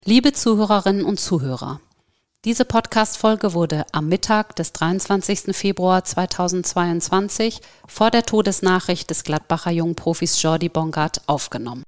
Liebe Zuhörerinnen und Zuhörer, diese Podcast-Folge wurde am Mittag des 23. Februar 2022 vor der Todesnachricht des Gladbacher Jungprofis Jordi Bongard aufgenommen.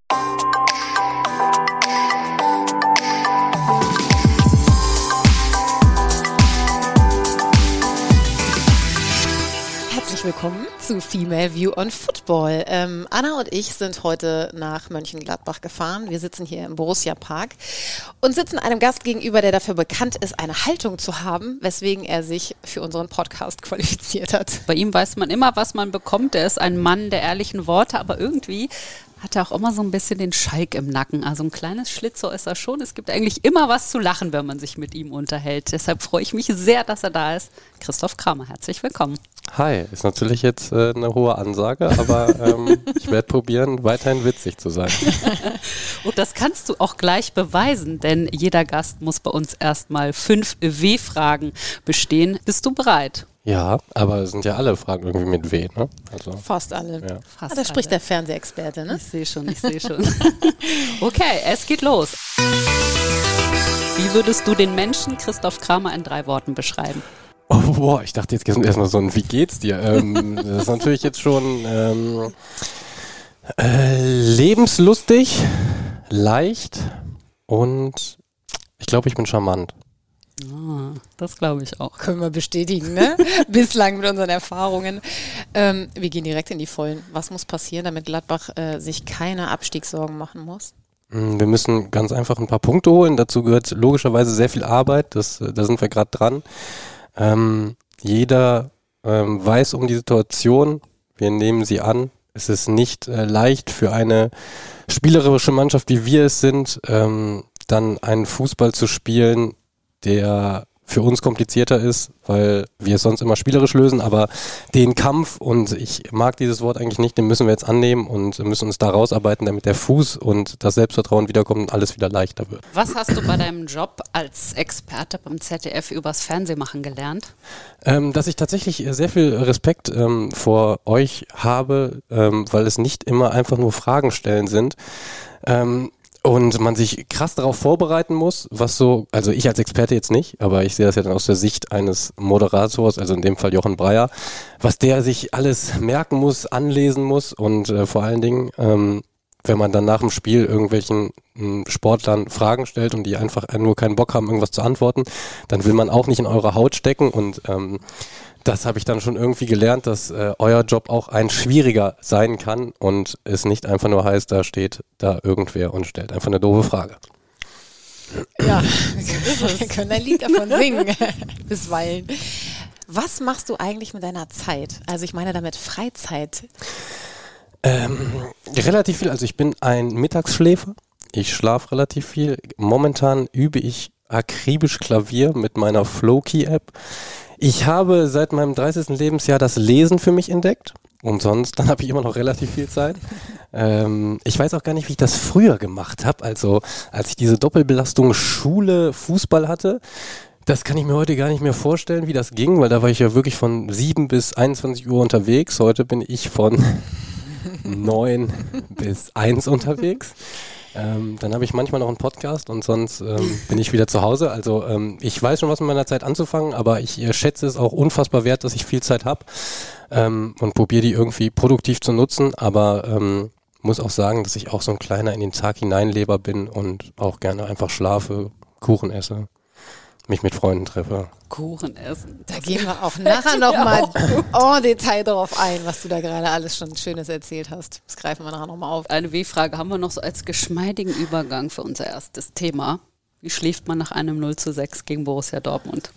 Herzlich willkommen zu Female View on Football. Anna und ich sind heute nach Mönchengladbach gefahren. Wir sitzen hier im Borussia Park und sitzen einem Gast gegenüber, der dafür bekannt ist, eine Haltung zu haben, weswegen er sich für unseren Podcast qualifiziert hat. Bei ihm weiß man immer, was man bekommt. Er ist ein Mann der ehrlichen Worte, aber irgendwie hat er auch immer so ein bisschen den Schalk im Nacken. Also ein kleines Schlitzohr ist er schon. Es gibt eigentlich immer was zu lachen, wenn man sich mit ihm unterhält. Deshalb freue ich mich sehr, dass er da ist. Christoph Kramer, herzlich willkommen. Hi, ist natürlich jetzt eine hohe Ansage, aber ich werde probieren, weiterhin witzig zu sein. Und das kannst du auch gleich beweisen, denn jeder Gast muss bei uns erstmal 5 W-Fragen bestehen. Bist du bereit? Ja, aber es sind ja alle Fragen irgendwie mit W, ne? Also, fast alle. ja. Fast Da spricht alle. der Fernsehexperte, ne? Ich sehe schon. Okay, es geht los. Wie würdest du den Menschen Christoph Kramer in 3 Worten beschreiben? Oh, boah, ich dachte jetzt erstmal so ein Wie geht's dir? Das ist natürlich jetzt schon lebenslustig, leicht und ich glaube, ich bin charmant. Ah, das glaube ich auch. Können wir bestätigen, ne? Bislang mit unseren Erfahrungen. Wir gehen direkt in die Vollen. Was muss passieren, damit Gladbach sich keine Abstiegssorgen machen muss? Wir müssen ganz einfach ein paar Punkte holen. Dazu gehört logischerweise sehr viel Arbeit. Da sind wir gerade dran. Jeder weiß um die Situation. Wir nehmen sie an. Es ist nicht leicht für eine spielerische Mannschaft, wie wir es sind, dann einen Fußball zu spielen, der für uns komplizierter ist, weil wir es sonst immer spielerisch lösen, aber den Kampf, und ich mag dieses Wort eigentlich nicht, den müssen wir jetzt annehmen und müssen uns da rausarbeiten, damit der Fuß und das Selbstvertrauen wiederkommt und alles wieder leichter wird. Was hast du bei deinem Job als Experte beim ZDF übers Fernsehmachen gelernt? Dass ich tatsächlich sehr viel Respekt vor euch habe, weil es nicht immer einfach nur Fragen stellen sind. Und man sich krass darauf vorbereiten muss, was so, also ich als Experte jetzt nicht, aber ich sehe das ja dann aus der Sicht eines Moderators, also in dem Fall Jochen Breyer, was der sich alles merken muss, anlesen muss und vor allen Dingen, wenn man dann nach dem Spiel irgendwelchen Sportlern Fragen stellt und die einfach nur keinen Bock haben, irgendwas zu antworten, dann will man auch nicht in eure Haut stecken und das habe ich dann schon irgendwie gelernt, dass euer Job auch ein schwieriger sein kann und es nicht einfach nur heißt, da steht da irgendwer und stellt einfach eine doofe Frage. Ja, wir können ein Lied davon singen, bisweilen. Was machst du eigentlich mit deiner Zeit? Also ich meine damit Freizeit. Relativ viel, also ich bin ein Mittagsschläfer, ich schlafe relativ viel. Momentan übe ich akribisch Klavier mit meiner Flowkey-App. Ich habe seit meinem 30. Lebensjahr das Lesen für mich entdeckt und sonst, dann habe ich immer noch relativ viel Zeit. Ich weiß auch gar nicht, wie ich das früher gemacht habe, also als ich diese Doppelbelastung Schule, Fußball hatte. Das kann ich mir heute gar nicht mehr vorstellen, wie das ging, weil da war ich ja wirklich von 7 bis 21 Uhr unterwegs. Heute bin ich von 9 bis 1 unterwegs. Dann habe ich manchmal noch einen Podcast und sonst bin ich wieder zu Hause. Also ich weiß schon, was mit meiner Zeit anzufangen, aber ich schätze es auch unfassbar wert, dass ich viel Zeit habe und probiere die irgendwie produktiv zu nutzen, aber muss auch sagen, dass ich auch so ein kleiner in den Tag hineinleber bin und auch gerne einfach schlafe, Kuchen esse, mich mit Freunden treffe. Kuchen essen. Da gehen wir auch nachher nochmal en Detail darauf ein, was du da gerade alles schon Schönes erzählt hast. Das greifen wir nachher nochmal auf. Eine W-Frage haben wir noch so als geschmeidigen Übergang für unser erstes Thema. Wie schläft man nach einem 0:6 gegen Borussia Dortmund?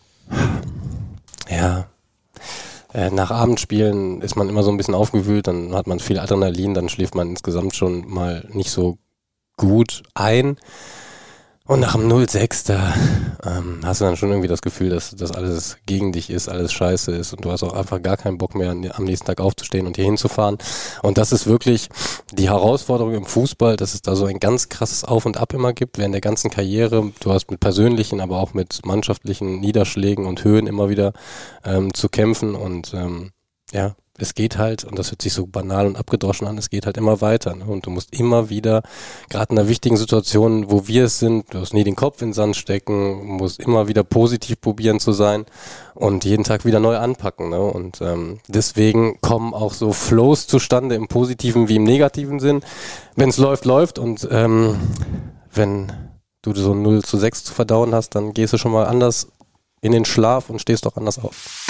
Ja, nach Abendspielen ist man immer so ein bisschen aufgewühlt, dann hat man viel Adrenalin, dann schläft man insgesamt schon mal nicht so gut ein. Und nach dem 0:6, da hast du dann schon irgendwie das Gefühl, dass das alles gegen dich ist, alles scheiße ist und du hast auch einfach gar keinen Bock mehr, am nächsten Tag aufzustehen und hier hinzufahren. Und das ist wirklich die Herausforderung im Fußball, dass es da so ein ganz krasses Auf und Ab immer gibt während der ganzen Karriere. Du hast mit persönlichen, aber auch mit mannschaftlichen Niederschlägen und Höhen immer wieder zu kämpfen und ja, es geht halt, und das hört sich so banal und abgedroschen an, es geht halt immer weiter. Ne? Und du musst immer wieder, gerade in einer wichtigen Situation, wo wir es sind, du musst nie den Kopf in den Sand stecken, musst immer wieder positiv probieren zu sein und jeden Tag wieder neu anpacken. Ne? Und deswegen kommen auch so Flows zustande im positiven wie im negativen Sinn. Wenn es läuft, läuft. Und wenn du so 0-6 zu verdauen hast, dann gehst du schon mal anders in den Schlaf und stehst auch anders auf.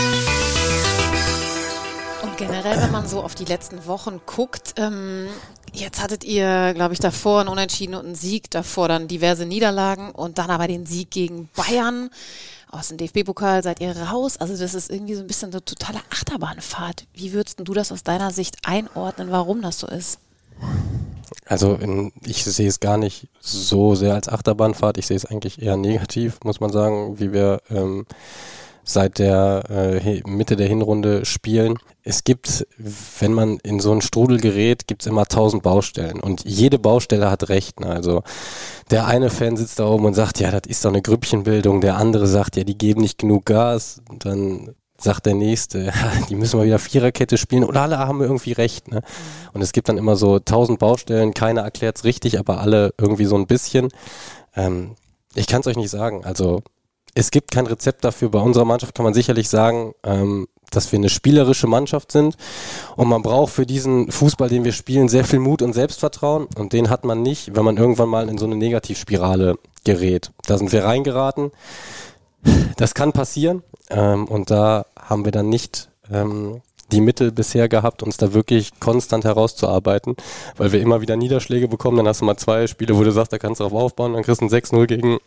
Generell, wenn man so auf die letzten Wochen guckt, jetzt hattet ihr, glaube ich, davor einen Unentschieden und einen Sieg, davor dann diverse Niederlagen und dann aber den Sieg gegen Bayern. Aus dem DFB-Pokal seid ihr raus. Also das ist irgendwie so ein bisschen eine totale Achterbahnfahrt. Wie würdest du das aus deiner Sicht einordnen, warum das so ist? Also ich sehe es gar nicht so sehr als Achterbahnfahrt. Ich sehe es eigentlich eher negativ, muss man sagen, wie wir seit der Mitte der Hinrunde spielen. Es gibt, wenn man in so einen Strudel gerät, gibt es immer 1000 Baustellen und jede Baustelle hat Recht. Ne? Also der eine Fan sitzt da oben und sagt, ja, das ist doch eine Grüppchenbildung. Der andere sagt, ja, die geben nicht genug Gas. Und dann sagt der Nächste, ja, die müssen mal wieder Viererkette spielen oder alle haben irgendwie recht. Ne? Und es gibt dann immer so 1000 Baustellen, keiner erklärt es richtig, aber alle irgendwie so ein bisschen. Ich kann es euch nicht sagen, also es gibt kein Rezept dafür. Bei unserer Mannschaft kann man sicherlich sagen, dass wir eine spielerische Mannschaft sind und man braucht für diesen Fußball, den wir spielen, sehr viel Mut und Selbstvertrauen und den hat man nicht, wenn man irgendwann mal in so eine Negativspirale gerät. Da sind wir reingeraten. Das kann passieren und da haben wir dann nicht die Mittel bisher gehabt, uns da wirklich konstant herauszuarbeiten, weil wir immer wieder Niederschläge bekommen. Dann hast du mal 2 Spiele, wo du sagst, da kannst du drauf aufbauen, dann kriegst du ein 6-0 gegen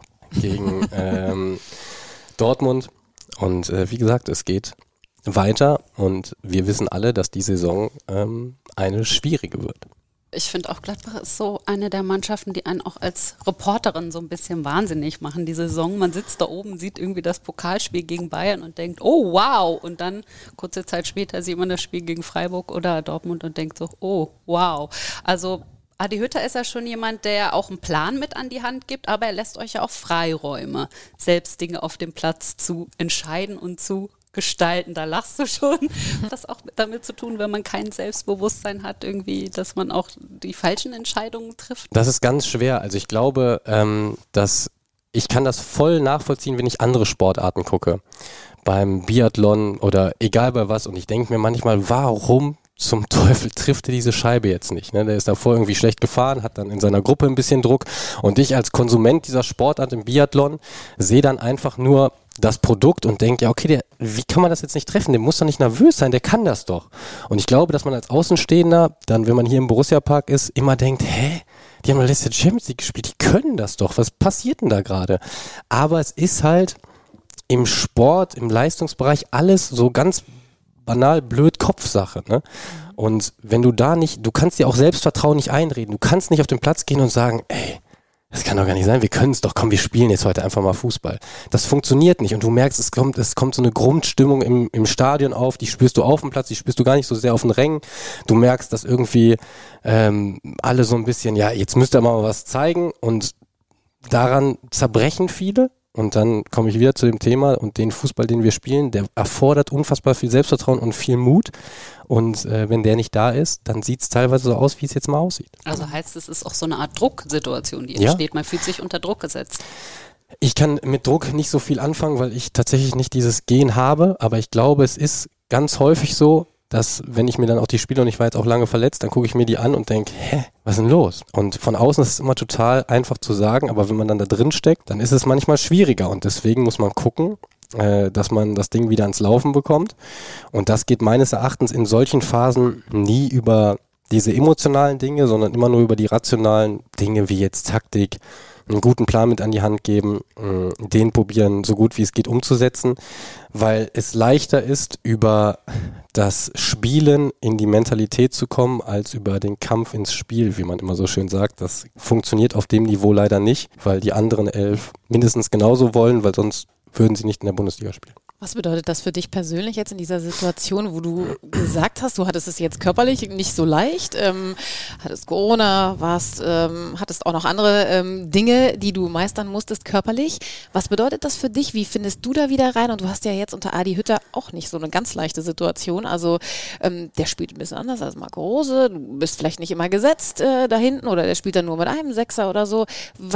Dortmund und wie gesagt, es geht weiter und wir wissen alle, dass die Saison eine schwierige wird. Ich finde auch, Gladbach ist so eine der Mannschaften, die einen auch als Reporterin so ein bisschen wahnsinnig machen, die Saison. Man sitzt da oben, sieht irgendwie das Pokalspiel gegen Bayern und denkt, oh wow, und dann kurze Zeit später sieht man das Spiel gegen Freiburg oder Dortmund und denkt so, oh wow. Also Adi Hütter ist ja schon jemand, der auch einen Plan mit an die Hand gibt, aber er lässt euch ja auch Freiräume, selbst Dinge auf dem Platz zu entscheiden und zu gestalten. Da lachst du schon. Das auch damit zu tun, wenn man kein Selbstbewusstsein hat, irgendwie, dass man auch die falschen Entscheidungen trifft. Das ist ganz schwer. Also ich glaube, dass ich kann das voll nachvollziehen, wenn ich andere Sportarten gucke. Beim Biathlon oder egal bei was. Und ich denke mir manchmal, warum zum Teufel trifft er diese Scheibe jetzt nicht? Ne? Der ist davor irgendwie schlecht gefahren, hat dann in seiner Gruppe ein bisschen Druck. Und ich als Konsument dieser Sportart im Biathlon sehe dann einfach nur das Produkt und denke, ja okay, wie kann man das jetzt nicht treffen? Der muss doch nicht nervös sein, der kann das doch. Und ich glaube, dass man als Außenstehender dann, wenn man hier im Borussia-Park ist, immer denkt, die haben doch letzte Champions League gespielt, die können das doch. Was passiert denn da gerade? Aber es ist halt im Sport, im Leistungsbereich alles so ganz banal blöd Kopfsache, ne? Und wenn du da nicht, du kannst dir auch Selbstvertrauen nicht einreden, du kannst nicht auf den Platz gehen und sagen, das kann doch gar nicht sein, wir können es doch, komm, wir spielen jetzt heute einfach mal Fußball. Das funktioniert nicht und du merkst, es kommt so eine Grundstimmung im Stadion auf, die spürst du auf dem Platz, die spürst du gar nicht so sehr auf den Rängen. Du merkst, dass irgendwie alle so ein bisschen, ja, jetzt müsst ihr mal was zeigen und daran zerbrechen viele. Und dann komme ich wieder zu dem Thema und den Fußball, den wir spielen, der erfordert unfassbar viel Selbstvertrauen und viel Mut. Und wenn der nicht da ist, dann sieht es teilweise so aus, wie es jetzt mal aussieht. Also heißt es ist auch so eine Art Drucksituation, die entsteht. Ja. Man fühlt sich unter Druck gesetzt. Ich kann mit Druck nicht so viel anfangen, weil ich tatsächlich nicht dieses Gen habe. Aber ich glaube, es ist ganz häufig so, dass wenn ich mir dann auch die Spiele, und ich war jetzt auch lange verletzt, dann gucke ich mir die an und denke, was ist denn los? Und von außen ist es immer total einfach zu sagen, aber wenn man dann da drin steckt, dann ist es manchmal schwieriger und deswegen muss man gucken, dass man das Ding wieder ans Laufen bekommt und das geht meines Erachtens in solchen Phasen nie über diese emotionalen Dinge, sondern immer nur über die rationalen Dinge wie jetzt Taktik, einen guten Plan mit an die Hand geben, den probieren, so gut wie es geht umzusetzen, weil es leichter ist, über das Spielen in die Mentalität zu kommen, als über den Kampf ins Spiel, wie man immer so schön sagt. Das funktioniert auf dem Niveau leider nicht, weil die anderen 11 mindestens genauso wollen, weil sonst würden sie nicht in der Bundesliga spielen. Was bedeutet das für dich persönlich jetzt in dieser Situation, wo du gesagt hast, du hattest es jetzt körperlich nicht so leicht, hattest Corona, hattest auch noch andere Dinge, die du meistern musstest körperlich. Was bedeutet das für dich? Wie findest du da wieder rein? Und du hast ja jetzt unter Adi Hütter auch nicht so eine ganz leichte Situation. Also der spielt ein bisschen anders als Marco Rose. Du bist vielleicht nicht immer gesetzt da hinten oder der spielt dann nur mit einem Sechser oder so.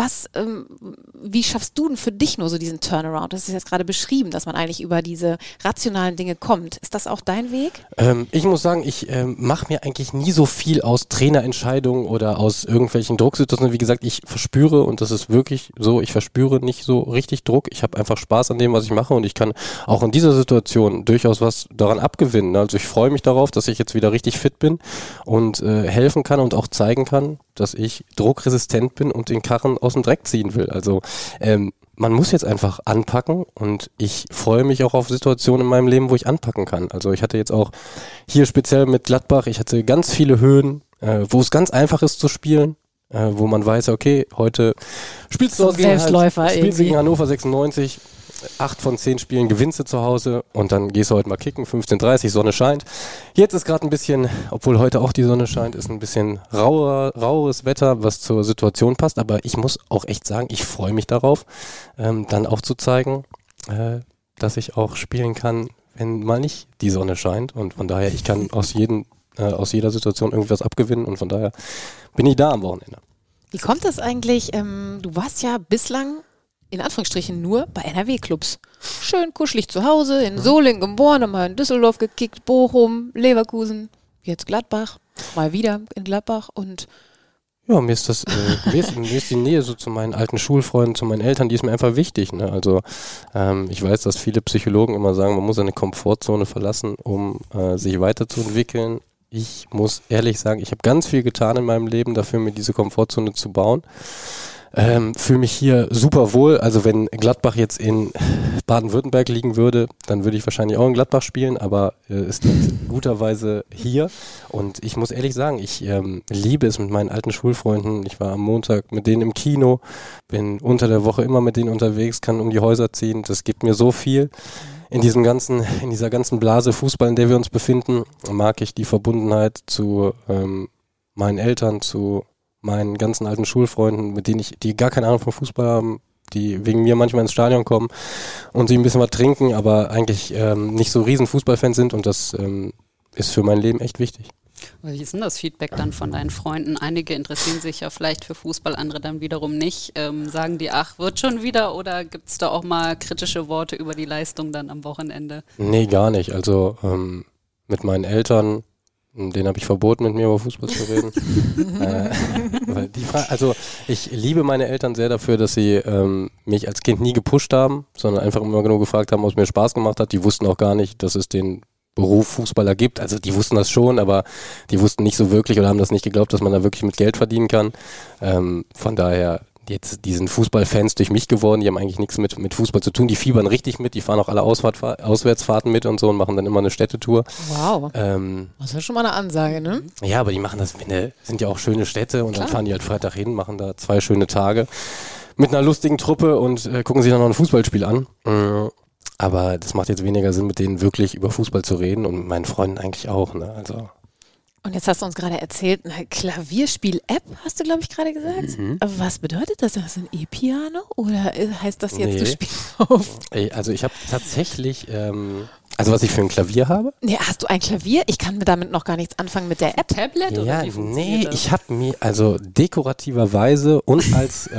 Wie schaffst du denn für dich nur so diesen Turnaround? Das ist jetzt gerade beschrieben, dass man eigentlich über diese rationalen Dinge kommt. Ist das auch dein Weg? Ich muss sagen, ich mache mir eigentlich nie so viel aus Trainerentscheidungen oder aus irgendwelchen Drucksituationen. Wie gesagt, ich verspüre, und das ist wirklich so, ich verspüre nicht so richtig Druck. Ich habe einfach Spaß an dem, was ich mache, und ich kann auch in dieser Situation durchaus was daran abgewinnen. Also ich freue mich darauf, dass ich jetzt wieder richtig fit bin und helfen kann und auch zeigen kann, dass ich druckresistent bin und den Karren aus dem Dreck ziehen will. Also man muss jetzt einfach anpacken, und ich freue mich auch auf Situationen in meinem Leben, wo ich anpacken kann. Also ich hatte jetzt auch hier speziell mit Gladbach, ich hatte ganz viele Höhen, wo es ganz einfach ist zu spielen, wo man weiß, okay, heute spielst du gegen Hannover 96, 8 von 10 Spielen gewinnst du zu Hause, und dann gehst du heute mal kicken, 15:30, Sonne scheint. Jetzt ist gerade ein bisschen, obwohl heute auch die Sonne scheint, ist ein bisschen raueres Wetter, was zur Situation passt, aber ich muss auch echt sagen, ich freue mich darauf, dann auch zu zeigen, dass ich auch spielen kann, wenn mal nicht die Sonne scheint, und von daher, ich kann aus jeder Situation irgendwas abgewinnen, und von daher bin ich da am Wochenende. Wie kommt das eigentlich? Du warst ja bislang in Anführungsstrichen nur bei NRW-Clubs. Schön kuschelig zu Hause, in Solingen geboren, mal in Düsseldorf gekickt, Bochum, Leverkusen, jetzt Gladbach, mal wieder in Gladbach, und ja, mir ist die Nähe so zu meinen alten Schulfreunden, zu meinen Eltern, die ist mir einfach wichtig. Ne? Also ich weiß, dass viele Psychologen immer sagen, man muss eine Komfortzone verlassen, um sich weiterzuentwickeln. Ich muss ehrlich sagen, ich habe ganz viel getan in meinem Leben dafür, mir diese Komfortzone zu bauen. Fühle mich hier super wohl. Also wenn Gladbach jetzt in Baden-Württemberg liegen würde, dann würde ich wahrscheinlich auch in Gladbach spielen, aber es liegt guterweise hier, und ich muss ehrlich sagen, ich liebe es mit meinen alten Schulfreunden. Ich war am Montag mit denen im Kino, bin unter der Woche immer mit denen unterwegs, kann um die Häuser ziehen. Das gibt mir so viel. In dieser ganzen Blase Fußball, in der wir uns befinden, mag ich die Verbundenheit zu meinen Eltern, zu meinen ganzen alten Schulfreunden, mit denen die gar keine Ahnung vom Fußball haben, die wegen mir manchmal ins Stadion kommen und sie ein bisschen was trinken, aber eigentlich nicht so riesen Fußballfans sind, und das ist für mein Leben echt wichtig. Wie ist denn das Feedback dann von deinen Freunden? Einige interessieren sich ja vielleicht für Fußball, andere dann wiederum nicht. Sagen die, ach, wird schon wieder, oder gibt es da auch mal kritische Worte über die Leistung dann am Wochenende? Nee, gar nicht. Also mit meinen Eltern, denen habe ich verboten, mit mir über Fußball zu reden. Weil also ich liebe meine Eltern sehr dafür, dass sie mich als Kind nie gepusht haben, sondern einfach immer nur gefragt haben, ob es mir Spaß gemacht hat. Die wussten auch gar nicht, dass es den Beruf Fußballer gibt. Also die wussten das schon, aber die wussten nicht so wirklich oder haben das nicht geglaubt, dass man da wirklich mit Geld verdienen kann. Von daher, die sind Fußballfans durch mich geworden, die haben eigentlich nichts mit Fußball zu tun, die fiebern richtig mit, die fahren auch alle Auswärtsfahrten mit und so und machen dann immer eine Städtetour. Wow, das ist ja schon mal eine Ansage, ne? Ja, aber die machen das, sind ja auch schöne Städte, und dann fahren die halt Freitag hin, machen da 2 schöne Tage mit einer lustigen Truppe und gucken sich dann noch ein Fußballspiel an. Aber das macht jetzt weniger Sinn, mit denen wirklich über Fußball zu reden, und mit meinen Freunden eigentlich auch, ne? Also. Und jetzt hast du uns gerade erzählt, eine Klavierspiel-App, hast du, glaube ich, gerade gesagt. Aber was bedeutet das? Ist das ein E-Piano, oder heißt das jetzt, du spielst auf? Also ich habe tatsächlich, also was ich für ein Klavier habe. Nee, hast du ein Klavier? Ich kann damit noch gar nichts anfangen mit der App. Tablet Ja, oder wie funktioniert das? ich habe mir also dekorativerweise und als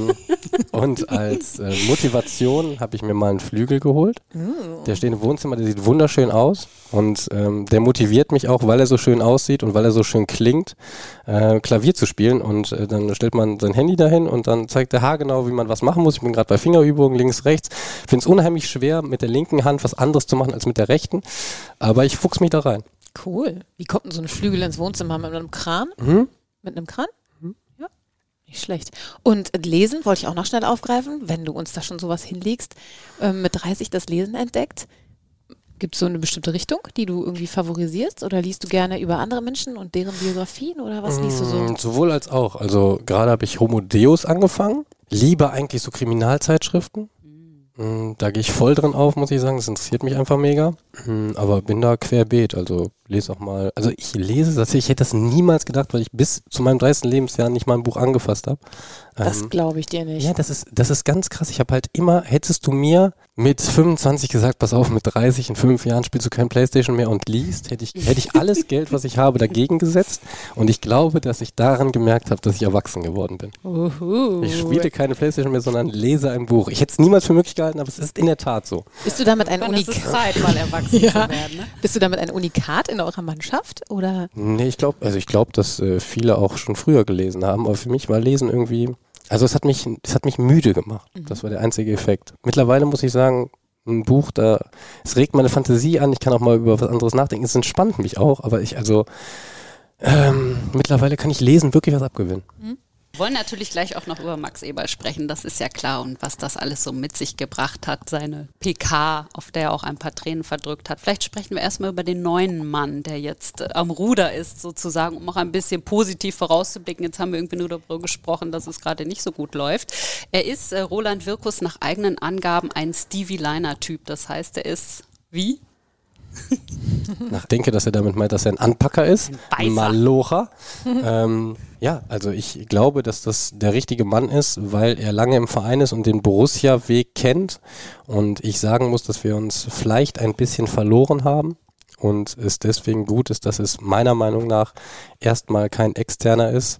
Motivation habe ich mir mal einen Flügel geholt. Der steht im Wohnzimmer, der sieht wunderschön aus, und der motiviert mich auch, weil er so schön aussieht und weil er so schön klingt, Klavier zu spielen, und dann stellt man sein Handy dahin und dann zeigt er haargenau, wie man was machen muss. Ich bin gerade bei Fingerübungen, links, rechts. Ich finde es unheimlich schwer, mit der linken Hand was anderes zu machen als mit der rechten, aber ich fuchs mich da rein. Cool. Wie kommt denn so ein Flügel ins Wohnzimmer? Mit einem Kran? Mit einem Kran? Ja, nicht schlecht. Und Lesen wollte ich auch noch schnell aufgreifen, wenn du uns da schon sowas hinlegst, mit 30 das Lesen entdeckt. Gibt es so eine bestimmte Richtung, die du irgendwie favorisierst, oder liest du gerne über andere Menschen und deren Biografien, oder was liest du so? Sowohl als auch. Also gerade habe ich Homo Deus angefangen, liebe eigentlich so Kriminalzeitschriften. Da gehe ich voll drin auf, muss ich sagen. Das interessiert mich einfach mega. Aber bin da querbeet. Also lese auch mal. Also ich lese tatsächlich, ich hätte das niemals gedacht, weil ich bis zu meinem 30. Lebensjahr nicht mal ein Buch angefasst habe. Das glaube ich dir nicht. Ja, das ist ganz krass. Ich habe halt immer, hättest du mir mit 25 gesagt, pass auf, mit 30 in 5 Jahren spielst du kein Playstation mehr und liest, hätte ich alles Geld, was ich habe, dagegen gesetzt. Und ich glaube, dass ich daran gemerkt habe, dass ich erwachsen geworden bin. Ich spiele keine Playstation mehr, sondern lese ein Buch. Ich hätte es niemals für möglich gehalten, aber es ist in der Tat so. Bist du damit ein Es ist Zeit, mal erwachsen zu werden. Ne? Bist du damit ein Unikat in eurer Mannschaft? Oder? Nee, ich glaube, dass viele auch schon früher gelesen haben, aber für mich war Lesen irgendwie, also es hat mich müde gemacht. Das war der einzige Effekt. Mittlerweile muss ich sagen, ein Buch, es regt meine Fantasie an, ich kann auch mal über was anderes nachdenken, es entspannt mich auch, aber mittlerweile kann ich Lesen wirklich was abgewinnen. Wir wollen natürlich gleich auch noch über Max Eberl sprechen, das ist ja klar, und was das alles so mit sich gebracht hat, seine PK, auf der er auch ein paar Tränen verdrückt hat. Vielleicht sprechen wir erstmal über den neuen Mann, der jetzt am Ruder ist sozusagen, um auch ein bisschen positiv vorauszublicken. Jetzt haben wir irgendwie nur darüber gesprochen, dass es gerade nicht so gut läuft. Er ist Roland Wirkus nach eigenen Angaben ein Stevie Liner-Typ, das heißt, er ist wie? Ich denke, dass er damit meint, dass er ein Anpacker ist, ein Malocher. Ja, also ich glaube, dass das der richtige Mann ist, weil er lange im Verein ist und den Borussia-Weg kennt. Und ich sagen muss, dass wir uns vielleicht ein bisschen verloren haben und es deswegen gut ist, dass es meiner Meinung nach erstmal kein Externer ist,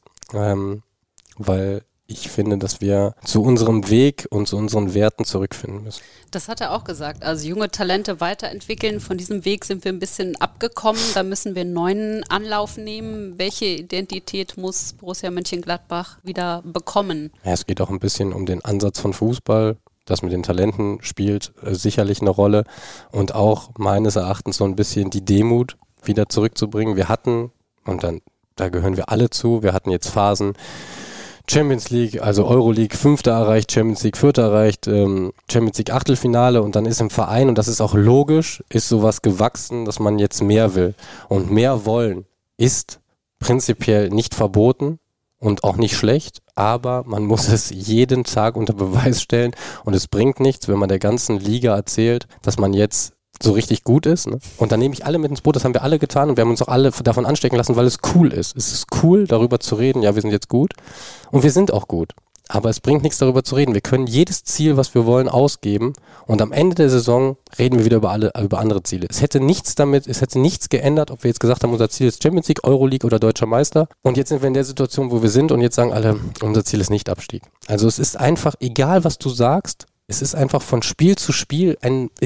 weil ich finde, dass wir zu unserem Weg und zu unseren Werten zurückfinden müssen. Das hat er auch gesagt. Also junge Talente weiterentwickeln. Von diesem Weg sind wir ein bisschen abgekommen. Da müssen wir einen neuen Anlauf nehmen. Welche Identität muss Borussia Mönchengladbach wieder bekommen? Ja, es geht auch ein bisschen um den Ansatz von Fußball. Das mit den Talenten spielt sicherlich eine Rolle. Und auch meines Erachtens so ein bisschen die Demut wieder zurückzubringen. Wir hatten, und dann da gehören wir alle zu, wir hatten jetzt Phasen, Champions League, also Euroleague 5. erreicht, Champions League 4. erreicht, Champions League Achtelfinale, und dann ist im Verein, und das ist auch logisch, ist sowas gewachsen, dass man jetzt mehr will. Und mehr wollen ist prinzipiell nicht verboten und auch nicht schlecht, aber man muss es jeden Tag unter Beweis stellen, und es bringt nichts, wenn man der ganzen Liga erzählt, dass man jetzt so richtig gut ist. Ne? Und dann nehme ich alle mit ins Boot, das haben wir alle getan, und wir haben uns auch alle davon anstecken lassen, weil es cool ist. Es ist cool, darüber zu reden, ja, wir sind jetzt gut, und wir sind auch gut. Aber es bringt nichts, darüber zu reden. Wir können jedes Ziel, was wir wollen, ausgeben, und am Ende der Saison reden wir wieder über andere Ziele. Es hätte nichts geändert, ob wir jetzt gesagt haben, unser Ziel ist Champions League, Euroleague oder Deutscher Meister, und jetzt sind wir in der Situation, wo wir sind, und jetzt sagen alle, unser Ziel ist nicht Abstieg. Also es ist einfach, egal was du sagst, es ist einfach von Spiel zu Spiel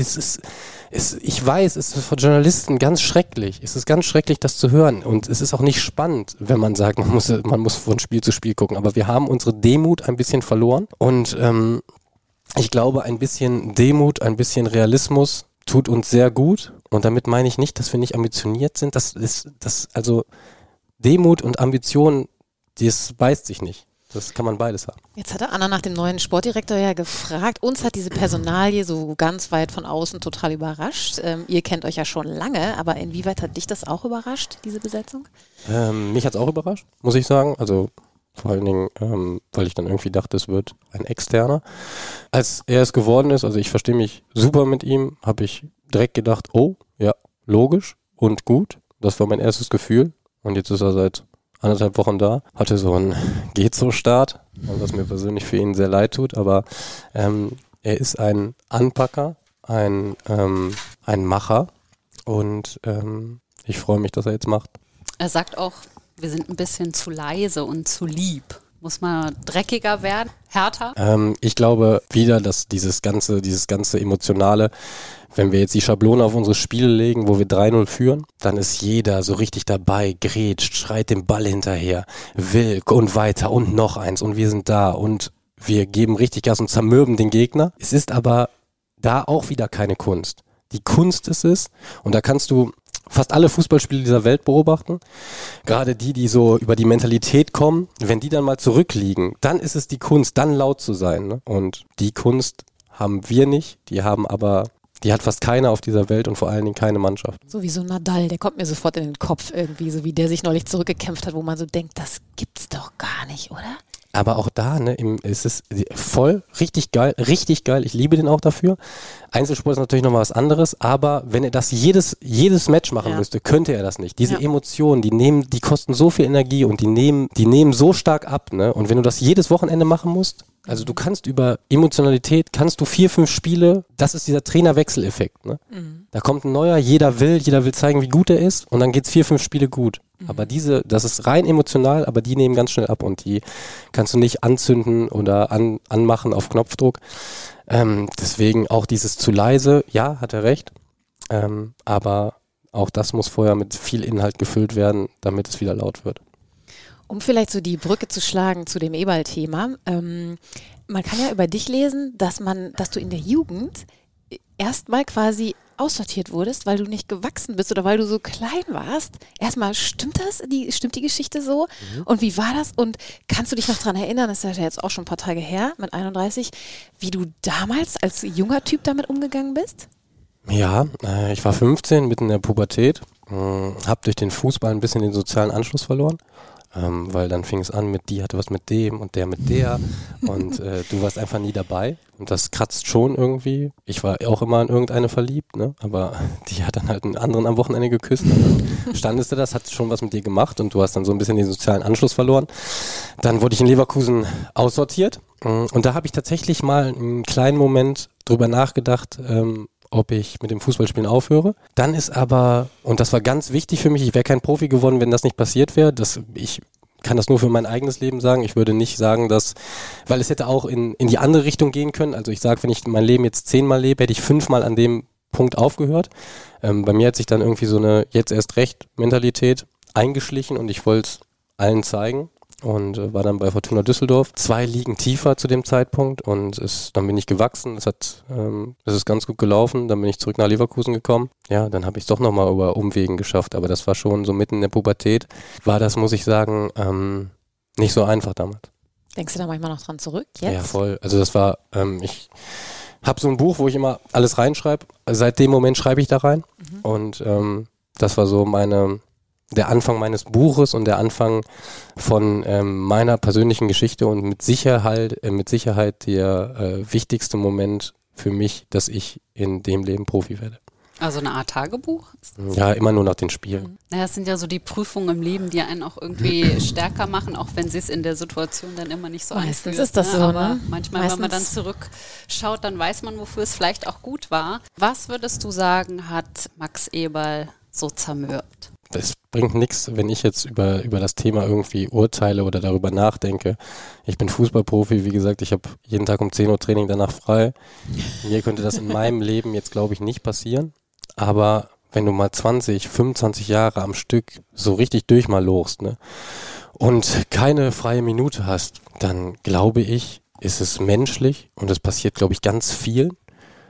ich weiß, es ist für Journalisten ganz schrecklich. Es ist ganz schrecklich, das zu hören. Und es ist auch nicht spannend, wenn man sagt, man muss von Spiel zu Spiel gucken. Aber wir haben unsere Demut ein bisschen verloren. Und ich glaube, ein bisschen Demut, ein bisschen Realismus tut uns sehr gut. Und damit meine ich nicht, dass wir nicht ambitioniert sind. Also Demut und Ambition, das beißt sich nicht. Das kann man beides haben. Jetzt hatte Anna nach dem neuen Sportdirektor ja gefragt. Uns hat diese Personalie so ganz weit von außen total überrascht. Ihr kennt euch ja schon lange, aber inwieweit hat dich das auch überrascht, diese Besetzung? Mich hat es auch überrascht, muss ich sagen. Also vor allen Dingen, weil ich dann irgendwie dachte, es wird ein Externer. Als er es geworden ist, also ich verstehe mich super mit ihm, habe ich direkt gedacht, oh, ja, logisch und gut. Das war mein erstes Gefühl. Und jetzt ist er seit 1,5 Wochen da, hatte so einen Geht-so-Start, was mir persönlich für ihn sehr leid tut, aber er ist ein Anpacker, ein Macher, und ich freue mich, dass er jetzt macht. Er sagt auch, wir sind ein bisschen zu leise und zu lieb. Muss man dreckiger werden, härter? Ich glaube wieder, dass dieses ganze Emotionale, wenn wir jetzt die Schablone auf unsere Spiele legen, wo wir 3-0 führen, dann ist jeder so richtig dabei, grätscht, schreit den Ball hinterher, will und weiter und noch eins, und wir sind da und wir geben richtig Gas und zermürben den Gegner. Es ist aber da auch wieder keine Kunst. Die Kunst ist es, und da kannst du fast alle Fußballspiele dieser Welt beobachten, gerade die so über die Mentalität kommen, wenn die dann mal zurückliegen, dann ist es die Kunst, dann laut zu sein. Ne? Und die Kunst haben wir nicht, die hat fast keiner auf dieser Welt, und vor allen Dingen keine Mannschaft. So wie so Nadal, der kommt mir sofort in den Kopf irgendwie, so wie der sich neulich zurückgekämpft hat, wo man so denkt, das gibt's doch gar nicht, oder? Aber auch da, ne, es ist voll, richtig geil, ich liebe den auch dafür. Einzelsport ist natürlich nochmal was anderes, aber wenn er das jedes Match machen müsste, könnte er das nicht. Diese Emotionen, die kosten so viel Energie und die nehmen so stark ab, ne? Und wenn du das jedes Wochenende machen musst, also du kannst über Emotionalität, 4, 5 Spiele, das ist dieser Trainerwechseleffekt, ne? Da kommt ein neuer, jeder will zeigen, wie gut er ist und dann geht's 4, 5 Spiele gut. Aber das ist rein emotional, aber die nehmen ganz schnell ab und die kannst du nicht anzünden oder anmachen auf Knopfdruck. Deswegen auch dieses zu leise, ja, hat er recht. Aber auch das muss vorher mit viel Inhalt gefüllt werden, damit es wieder laut wird. Um vielleicht so die Brücke zu schlagen zu dem E-Ball-Thema. Man kann ja über dich lesen, dass du in der Jugend erstmal quasi aussortiert wurdest, weil du nicht gewachsen bist oder weil du so klein warst. Erstmal, stimmt die Geschichte so? Und wie war das? Und kannst du dich noch daran erinnern, das ist ja jetzt auch schon ein paar Tage her, mit 31, wie du damals als junger Typ damit umgegangen bist? Ja, ich war 15, mitten in der Pubertät, habe durch den Fußball ein bisschen den sozialen Anschluss verloren. Weil dann fing es an mit, die hatte was mit dem und der mit der und du warst einfach nie dabei und das kratzt schon irgendwie. Ich war auch immer in irgendeine verliebt, ne? Aber die hat dann halt einen anderen am Wochenende geküsst und dann standest du das, hat schon was mit dir gemacht und du hast dann so ein bisschen den sozialen Anschluss verloren. Dann wurde ich in Leverkusen aussortiert und da habe ich tatsächlich mal einen kleinen Moment drüber nachgedacht, ob ich mit dem Fußballspielen aufhöre. Dann ist aber, und das war ganz wichtig für mich, ich wäre kein Profi geworden, wenn das nicht passiert wäre. Ich kann das nur für mein eigenes Leben sagen. Ich würde nicht sagen, weil es hätte auch in die andere Richtung gehen können. Also ich sage, wenn ich mein Leben jetzt 10-mal lebe, hätte ich 5-mal an dem Punkt aufgehört. Bei mir hat sich dann irgendwie so eine jetzt erst recht Mentalität eingeschlichen und ich wollte es allen zeigen. Und war dann bei Fortuna Düsseldorf 2 Ligen tiefer zu dem Zeitpunkt und dann bin ich gewachsen, es ist ganz gut gelaufen, dann bin ich zurück nach Leverkusen gekommen. Ja, dann habe ich es doch nochmal über Umwegen geschafft, aber das war schon so mitten in der Pubertät, war das, muss ich sagen, nicht so einfach damals. Denkst du da manchmal noch dran zurück jetzt? Ja, voll. Also das war, ich habe so ein Buch, wo ich immer alles reinschreibe, seit dem Moment schreibe ich da rein und das war so der Anfang meines Buches und der Anfang von meiner persönlichen Geschichte und mit Sicherheit der wichtigste Moment für mich, dass ich in dem Leben Profi werde. Also eine Art Tagebuch? Ja, immer nur nach den Spielen. Naja, es sind ja so die Prüfungen im Leben, die einen auch irgendwie stärker machen, auch wenn sie es in der Situation dann immer nicht so meistens einfühlt. Ist das so, aber ne? Manchmal, wenn man dann zurückschaut, dann weiß man, wofür es vielleicht auch gut war. Was würdest du sagen, hat Max Eberl so zermürbt? Es bringt nichts, wenn ich jetzt über das Thema irgendwie urteile oder darüber nachdenke. Ich bin Fußballprofi, wie gesagt, ich habe jeden Tag um 10 Uhr Training, danach frei. Mir könnte das in meinem Leben jetzt, glaube ich, nicht passieren. Aber wenn du mal 20, 25 Jahre am Stück so richtig durchmalorst, ne, und keine freie Minute hast, dann glaube ich, ist es menschlich und es passiert, glaube ich, ganz vielen,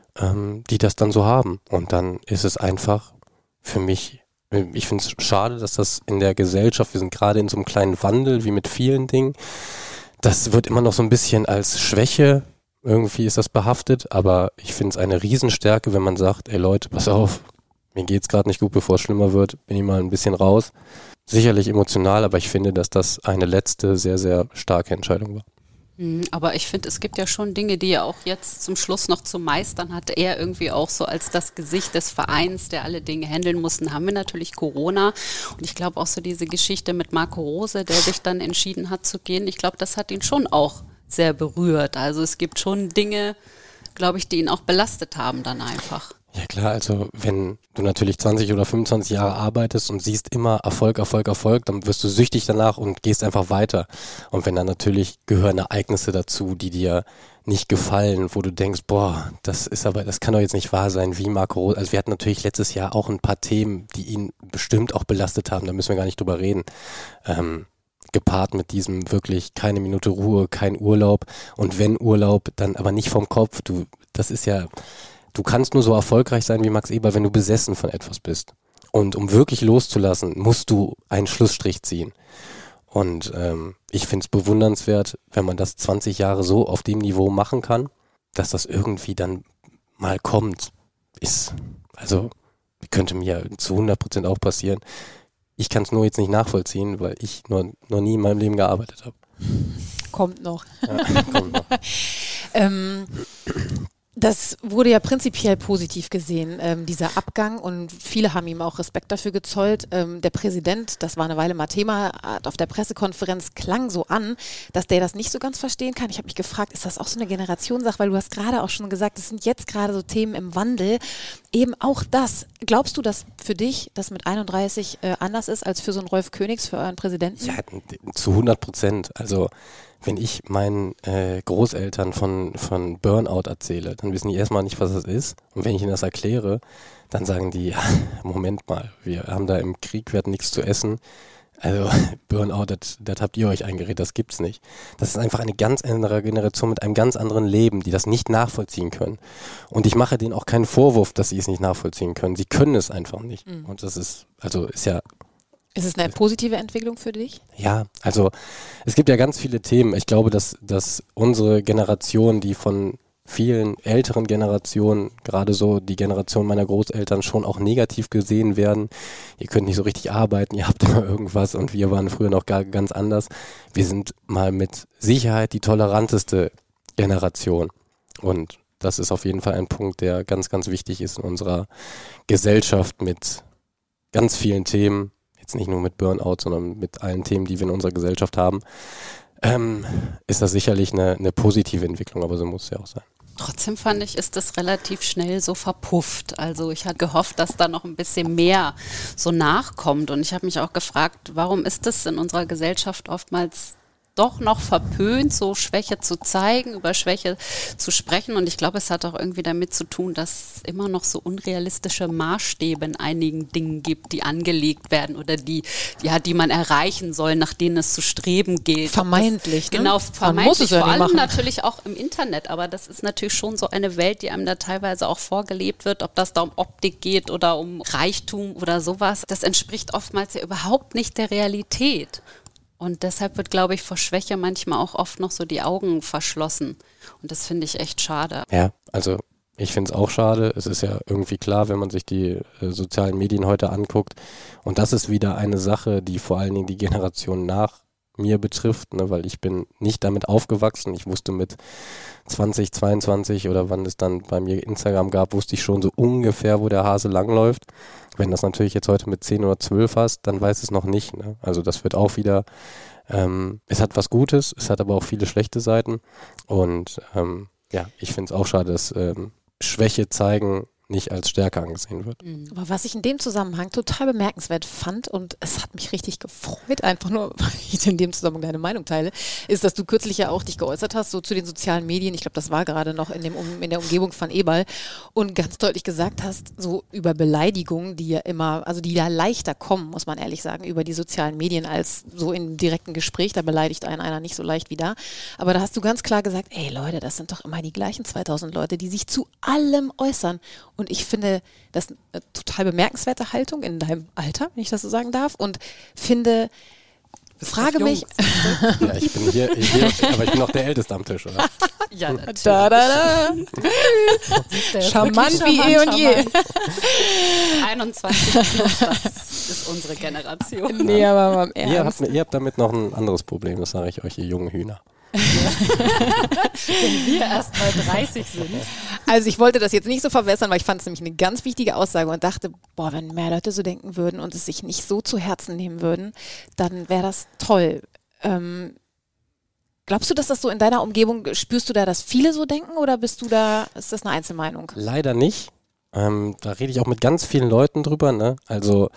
die das dann so haben. Und dann ist es einfach für mich, ich finde es schade, dass das in der Gesellschaft, wir sind gerade in so einem kleinen Wandel, wie mit vielen Dingen, das wird immer noch so ein bisschen als Schwäche, irgendwie ist das behaftet, aber ich finde es eine Riesenstärke, wenn man sagt, ey Leute, pass auf, mir geht's gerade nicht gut, bevor es schlimmer wird, bin ich mal ein bisschen raus. Sicherlich emotional, aber ich finde, dass das eine letzte, sehr, sehr starke Entscheidung war. Aber ich finde, es gibt ja schon Dinge, die er auch jetzt zum Schluss noch zu meistern hat. Er irgendwie auch so als das Gesicht des Vereins, der alle Dinge handeln mussten, haben wir natürlich Corona. Und ich glaube auch so diese Geschichte mit Marco Rose, der sich dann entschieden hat zu gehen. Ich glaube, das hat ihn schon auch sehr berührt. Also es gibt schon Dinge, glaube ich, die ihn auch belastet haben dann einfach. Ja klar, also wenn du natürlich 20 oder 25 Jahre arbeitest und siehst immer Erfolg, Erfolg, Erfolg, dann wirst du süchtig danach und gehst einfach weiter. Und wenn dann natürlich gehören Ereignisse dazu, die dir nicht gefallen, wo du denkst, boah, das kann doch jetzt nicht wahr sein, wie Marco Rose. Also wir hatten natürlich letztes Jahr auch ein paar Themen, die ihn bestimmt auch belastet haben, da müssen wir gar nicht drüber reden. Gepaart mit diesem wirklich keine Minute Ruhe, kein Urlaub und wenn Urlaub, dann aber nicht vom Kopf. Du kannst nur so erfolgreich sein wie Max Eberl, wenn du besessen von etwas bist. Und um wirklich loszulassen, musst du einen Schlussstrich ziehen. Und ich finde es bewundernswert, wenn man das 20 Jahre so auf dem Niveau machen kann, dass das irgendwie dann mal kommt. Könnte mir zu 100% auch passieren. Ich kann es nur jetzt nicht nachvollziehen, weil ich noch nie in meinem Leben gearbeitet habe. Kommt noch. Ja, kommt noch. Das wurde ja prinzipiell positiv gesehen, dieser Abgang, und viele haben ihm auch Respekt dafür gezollt. Der Präsident, das war eine Weile mal Thema, auf der Pressekonferenz klang so an, dass der das nicht so ganz verstehen kann. Ich habe mich gefragt, ist das auch so eine Generationssache, weil du hast gerade auch schon gesagt, es sind jetzt gerade so Themen im Wandel. Eben auch das. Glaubst du, dass für dich das mit 31 anders ist als für so einen Rolf Königs, für euren Präsidenten? Ja, zu 100%. Also wenn ich meinen Großeltern von Burnout erzähle, dann wissen die erstmal nicht, was das ist. Und wenn ich ihnen das erkläre, dann sagen die, ja, Moment mal, wir haben da im Krieg, wir hatten nichts zu essen. Also Burnout, das habt ihr euch eingeredet, das gibt's nicht. Das ist einfach eine ganz andere Generation mit einem ganz anderen Leben, die das nicht nachvollziehen können. Und ich mache denen auch keinen Vorwurf, dass sie es nicht nachvollziehen können. Sie können es einfach nicht. Und das ist ja... Ist es eine positive Entwicklung für dich? Ja, also es gibt ja ganz viele Themen. Ich glaube, dass unsere Generation, die von vielen älteren Generationen, gerade so die Generation meiner Großeltern, schon auch negativ gesehen werden. Ihr könnt nicht so richtig arbeiten, ihr habt immer irgendwas, und wir waren früher noch ganz anders. Wir sind mal mit Sicherheit die toleranteste Generation, und das ist auf jeden Fall ein Punkt, der ganz, ganz wichtig ist in unserer Gesellschaft mit ganz vielen Themen. Jetzt nicht nur mit Burnout, sondern mit allen Themen, die wir in unserer Gesellschaft haben, ist das sicherlich eine positive Entwicklung, aber so muss es ja auch sein. Trotzdem fand ich, ist das relativ schnell so verpufft. Also ich hatte gehofft, dass da noch ein bisschen mehr so nachkommt. Und ich habe mich auch gefragt, warum ist das in unserer Gesellschaft oftmals doch noch verpönt, so Schwäche zu zeigen, über Schwäche zu sprechen. Und ich glaube, es hat auch irgendwie damit zu tun, dass es immer noch so unrealistische Maßstäbe in einigen Dingen gibt, die angelegt werden oder die man erreichen soll, nach denen es zu streben gilt. Vermeintlich, ne? Genau, vermeintlich. Muss es ja vor allem nicht machen. natürlich auch im Internet. Aber das ist natürlich schon so eine Welt, die einem da teilweise auch vorgelebt wird, ob das da um Optik geht oder um Reichtum oder sowas. Das entspricht oftmals ja überhaupt nicht der Realität. Und deshalb wird, glaube ich, vor Schwäche manchmal auch oft noch so die Augen verschlossen. Und das finde ich echt schade. Ja, also ich finde es auch schade. Es ist ja irgendwie klar, wenn man sich die sozialen Medien heute anguckt. Und das ist wieder eine Sache, die vor allen Dingen die Generation nach mir betrifft, ne, weil ich bin nicht damit aufgewachsen. Ich wusste mit 20, 22 oder wann es dann bei mir Instagram gab, wusste ich schon so ungefähr, wo der Hase langläuft. Wenn das natürlich jetzt heute mit 10 oder 12 hast, dann weiß es noch nicht. Ne? Also das wird auch wieder, es hat was Gutes, es hat aber auch viele schlechte Seiten. Und ich finde es auch schade, dass Schwäche zeigen nicht als Stärke angesehen wird. Aber was ich in dem Zusammenhang total bemerkenswert fand, und es hat mich richtig gefreut, einfach nur, weil ich in dem Zusammenhang deine Meinung teile, ist, dass du kürzlich ja auch dich geäußert hast, so zu den sozialen Medien, ich glaube, das war gerade noch in der Umgebung von Eberl, und ganz deutlich gesagt hast, so über Beleidigungen, die ja immer, also die da leichter kommen, muss man ehrlich sagen, über die sozialen Medien als so im direkten Gespräch, da beleidigt einer nicht so leicht wie da. Aber da hast du ganz klar gesagt, ey Leute, das sind doch immer die gleichen 2000 Leute, die sich zu allem äußern. Und ich finde das eine total bemerkenswerte Haltung in deinem Alter, wenn ich das so sagen darf. Und frage mich... Ja, ich bin hier, aber ich bin noch der Älteste am Tisch, oder? Ja, natürlich. Da. Charmant wie eh und je. 21 plus, das ist unsere Generation. Nee, aber mal im Ernst. Ihr habt damit noch ein anderes Problem, das sage ich euch, ihr jungen Hühner. Wenn wir erst mal 30 sind. Also ich wollte das jetzt nicht so verwässern, weil ich fand es nämlich eine ganz wichtige Aussage und dachte, wenn mehr Leute so denken würden und es sich nicht so zu Herzen nehmen würden, dann wäre das toll. Glaubst du, dass das so in deiner Umgebung, spürst du da, dass viele so denken, oder ist das eine Einzelmeinung? Leider nicht. Da rede ich auch mit ganz vielen Leuten drüber, ne? Also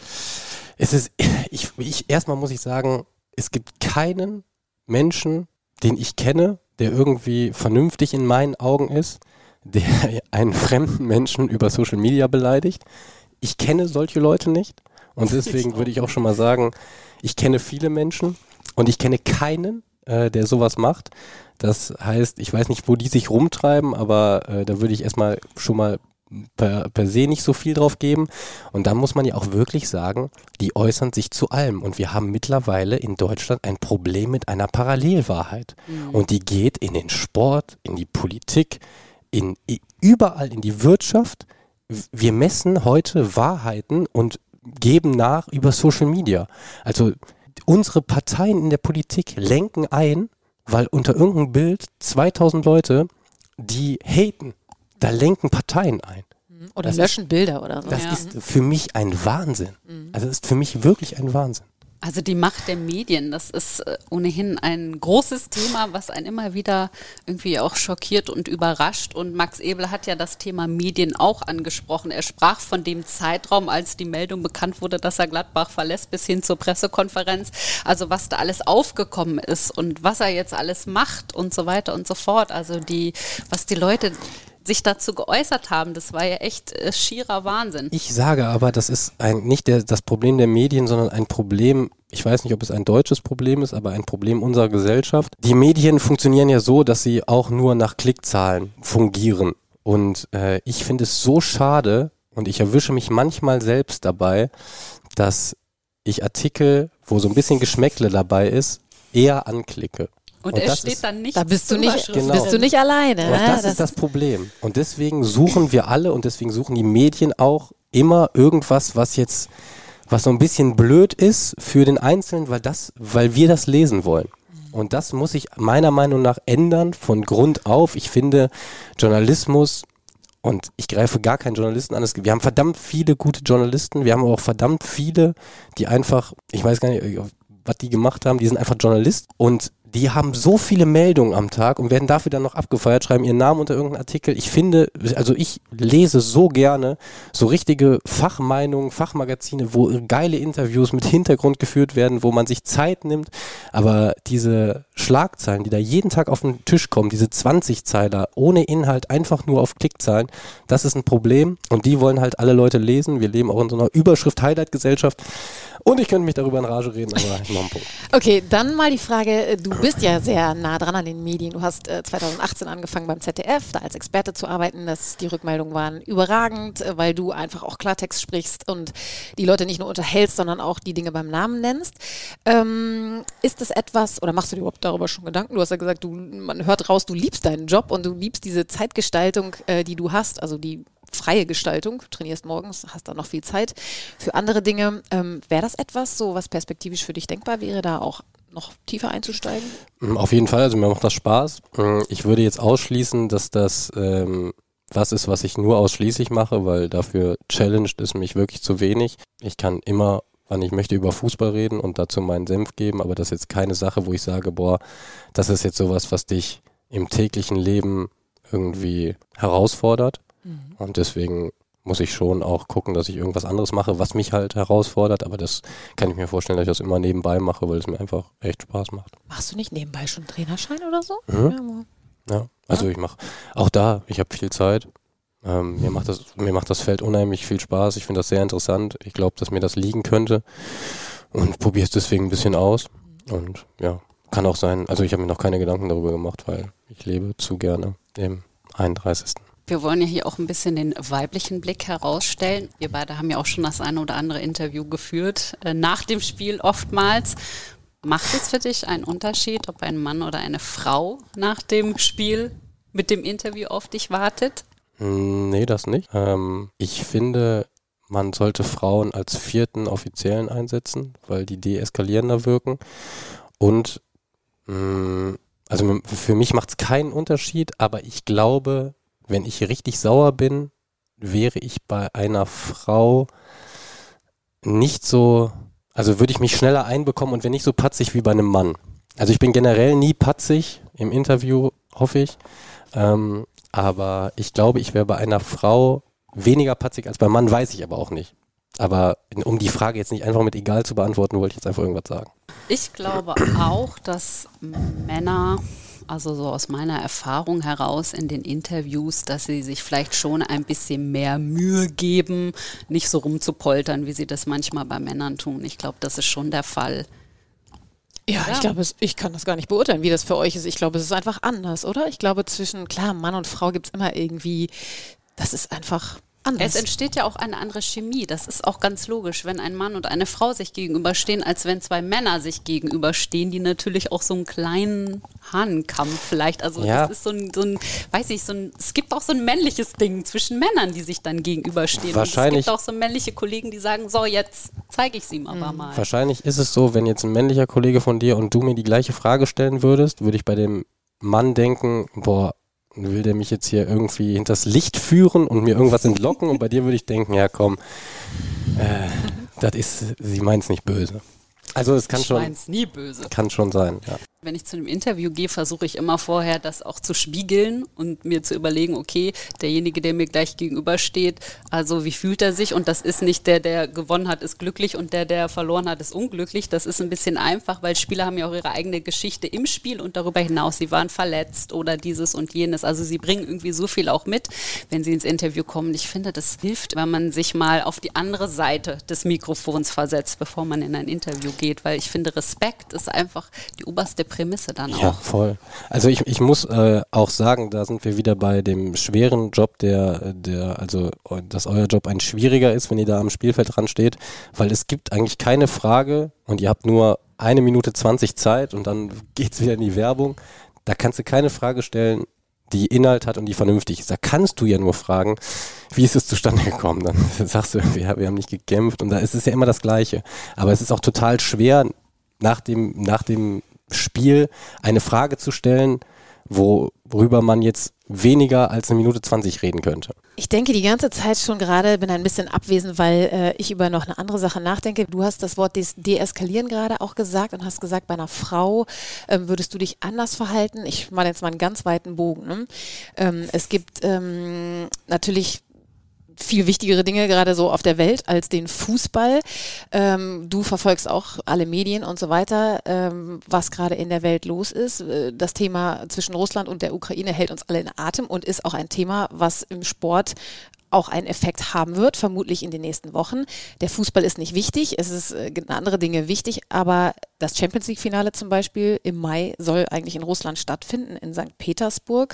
erstmal muss ich sagen, es gibt keinen Menschen, den ich kenne, der irgendwie vernünftig in meinen Augen ist, der einen fremden Menschen über Social Media beleidigt. Ich kenne solche Leute nicht, und deswegen würde ich auch schon mal sagen, ich kenne viele Menschen und ich kenne keinen, der sowas macht. Das heißt, ich weiß nicht, wo die sich rumtreiben, aber da würde ich erstmal schon mal per se nicht so viel drauf geben. Und dann muss man ja auch wirklich sagen, die äußern sich zu allem. Und wir haben mittlerweile in Deutschland ein Problem mit einer Parallelwahrheit. Und die geht in den Sport, in die Politik, überall in die Wirtschaft. Wir messen heute Wahrheiten und geben nach über Social Media. Also unsere Parteien in der Politik lenken ein, weil unter irgendeinem Bild 2000 Leute, die haten, da lenken Parteien ein. Oder löschen Bilder oder so. Das ist für mich ein Wahnsinn. Also das ist für mich wirklich ein Wahnsinn. Also die Macht der Medien, das ist ohnehin ein großes Thema, was einen immer wieder irgendwie auch schockiert und überrascht. Und Max Eberl hat ja das Thema Medien auch angesprochen. Er sprach von dem Zeitraum, als die Meldung bekannt wurde, dass er Gladbach verlässt, bis hin zur Pressekonferenz. Also was da alles aufgekommen ist und was er jetzt alles macht und so weiter und so fort. Also was die Leute sich dazu geäußert haben, das war ja echt schierer Wahnsinn. Ich sage aber, das ist nicht das Problem der Medien, sondern ein Problem, ich weiß nicht, ob es ein deutsches Problem ist, aber ein Problem unserer Gesellschaft. Die Medien funktionieren ja so, dass sie auch nur nach Klickzahlen fungieren. Und ich finde es so schade und ich erwische mich manchmal selbst dabei, dass ich Artikel, wo so ein bisschen Geschmäckle dabei ist, eher anklicke. Und er steht dann nicht. Da bist du nicht alleine. Und das ist das Problem. Und deswegen suchen wir alle und deswegen suchen die Medien auch immer irgendwas, was so ein bisschen blöd ist für den Einzelnen, weil wir das lesen wollen. Und das muss sich meiner Meinung nach ändern von Grund auf. Ich finde Journalismus, und ich greife gar keinen Journalisten an. Wir haben verdammt viele gute Journalisten. Wir haben aber auch verdammt viele, die einfach, ich weiß gar nicht, was die gemacht haben, die sind einfach Journalist und die haben so viele Meldungen am Tag und werden dafür dann noch abgefeiert, schreiben ihren Namen unter irgendeinen Artikel. Ich lese so gerne so richtige Fachmeinungen, Fachmagazine, wo geile Interviews mit Hintergrund geführt werden, wo man sich Zeit nimmt. Aber diese Schlagzeilen, die da jeden Tag auf den Tisch kommen, diese 20-Zeiler ohne Inhalt, einfach nur auf Klickzahlen, das ist ein Problem und die wollen halt alle Leute lesen. Wir leben auch in so einer Überschrift-Highlight-Gesellschaft. Und ich könnte mich darüber in Rage reden, aber noch ein Punkt. Okay, dann mal die Frage, du bist ja sehr nah dran an den Medien. Du hast 2018 angefangen beim ZDF, da als Experte zu arbeiten. Die Rückmeldungen waren überragend, weil du einfach auch Klartext sprichst und die Leute nicht nur unterhältst, sondern auch die Dinge beim Namen nennst. Ist das etwas, oder machst du dir überhaupt darüber schon Gedanken? Du hast ja gesagt, man hört raus, du liebst deinen Job und du liebst diese Zeitgestaltung, die du hast, also die freie Gestaltung, du trainierst morgens, hast dann noch viel Zeit für andere Dinge. Wäre das etwas, so was perspektivisch für dich denkbar wäre, da auch noch tiefer einzusteigen? Auf jeden Fall, also mir macht das Spaß. Ich würde jetzt ausschließen, dass das was ist, was ich nur ausschließlich mache, weil dafür challenged es mich wirklich zu wenig. Ich kann immer, wann ich möchte, über Fußball reden und dazu meinen Senf geben, aber das ist jetzt keine Sache, wo ich sage, das ist jetzt sowas, was dich im täglichen Leben irgendwie herausfordert. Und deswegen muss ich schon auch gucken, dass ich irgendwas anderes mache, was mich halt herausfordert. Aber das kann ich mir vorstellen, dass ich das immer nebenbei mache, weil es mir einfach echt Spaß macht. Machst du nicht nebenbei schon Trainerschein oder so? Ja, also ich mache auch ich habe viel Zeit. Mir macht das Feld unheimlich viel Spaß. Ich finde das sehr interessant. Ich glaube, dass mir das liegen könnte und probiere es deswegen ein bisschen aus. Und ja, kann auch sein, also ich habe mir noch keine Gedanken darüber gemacht, weil ich lebe zu gerne im 31. Wir wollen ja hier auch ein bisschen den weiblichen Blick herausstellen. Wir beide haben ja auch schon das eine oder andere Interview geführt, nach dem Spiel oftmals. Macht es für dich einen Unterschied, ob ein Mann oder eine Frau nach dem Spiel mit dem Interview auf dich wartet? Nee, das nicht. Ich finde, man sollte Frauen als 4. Offiziellen einsetzen, weil die deeskalierender wirken. Und also für mich macht es keinen Unterschied, aber ich glaube, wenn ich richtig sauer bin, wäre ich bei einer Frau nicht so, also würde ich mich schneller einbekommen und wäre nicht so patzig wie bei einem Mann. Also ich bin generell nie patzig im Interview, hoffe ich. Aber ich glaube, ich wäre bei einer Frau weniger patzig als beim Mann, weiß ich aber auch nicht. Aber um die Frage jetzt nicht einfach mit egal zu beantworten, wollte ich jetzt einfach irgendwas sagen. Ich glaube auch, dass Männer, also so aus meiner Erfahrung heraus in den Interviews, dass sie sich vielleicht schon ein bisschen mehr Mühe geben, nicht so rumzupoltern, wie sie das manchmal bei Männern tun. Ich glaube, das ist schon der Fall. Ja, ich glaube, ich kann das gar nicht beurteilen, wie das für euch ist. Ich glaube, es ist einfach anders, oder? Ich glaube, zwischen, klar, Mann und Frau gibt es immer irgendwie, das ist einfach anders. Es entsteht ja auch eine andere Chemie. Das ist auch ganz logisch, wenn ein Mann und eine Frau sich gegenüberstehen, als wenn zwei Männer sich gegenüberstehen, die natürlich auch so einen kleinen Hahnenkampf vielleicht. Also das ist es gibt auch so ein männliches Ding zwischen Männern, die sich dann gegenüberstehen. Wahrscheinlich. Und es gibt auch so männliche Kollegen, die sagen, so jetzt zeige ich es ihm aber mal. Wahrscheinlich ist es so, wenn jetzt ein männlicher Kollege von dir und du mir die gleiche Frage stellen würdest, würde ich bei dem Mann denken, boah, will der mich jetzt hier irgendwie hinters Licht führen und mir irgendwas entlocken? Und bei dir würde ich denken, ja komm, sie meint es nicht böse. Also es kann Ich mein's nie böse. Kann schon sein, ja. Wenn ich zu einem Interview gehe, versuche ich immer vorher, das auch zu spiegeln und mir zu überlegen, okay, derjenige, der mir gleich gegenübersteht, also wie fühlt er sich? Und das ist nicht der gewonnen hat, ist glücklich und der verloren hat, ist unglücklich. Das ist ein bisschen einfach, weil Spieler haben ja auch ihre eigene Geschichte im Spiel und darüber hinaus. Sie waren verletzt oder dieses und jenes. Also sie bringen irgendwie so viel auch mit, wenn sie ins Interview kommen. Ich finde, das hilft, wenn man sich mal auf die andere Seite des Mikrofons versetzt, bevor man in ein Interview geht, weil ich finde, Respekt ist einfach die oberste Prämisse dann auch. Ja, voll. Also ich muss auch sagen, da sind wir wieder bei dem schweren Job, dass euer Job ein schwieriger ist, wenn ihr da am Spielfeld dran steht, weil es gibt eigentlich keine Frage und ihr habt nur 1 Minute 20 Zeit und dann geht's wieder in die Werbung. Da kannst du keine Frage stellen, die Inhalt hat und die vernünftig ist. Da kannst du ja nur fragen, wie ist es zustande gekommen? Dann sagst du, wir haben nicht gekämpft und da ist es ja immer das Gleiche. Aber es ist auch total schwer, nach dem Spiel eine Frage zu stellen, worüber man jetzt weniger als 1 Minute 20 reden könnte. Ich denke die ganze Zeit schon gerade, bin ein bisschen abwesend, weil ich über noch eine andere Sache nachdenke. Du hast das Wort deeskalieren gerade auch gesagt und hast gesagt, bei einer Frau würdest du dich anders verhalten. Ich mache jetzt mal einen ganz weiten Bogen. Ne? Es gibt natürlich viel wichtigere Dinge gerade so auf der Welt als den Fußball. Du verfolgst auch alle Medien und so weiter, was gerade in der Welt los ist. Das Thema zwischen Russland und der Ukraine hält uns alle in Atem und ist auch ein Thema, was im Sport auch einen Effekt haben wird, vermutlich in den nächsten Wochen. Der Fußball ist nicht wichtig, es ist andere Dinge wichtig, aber das Champions-League-Finale zum Beispiel im Mai soll eigentlich in Russland stattfinden, in St. Petersburg.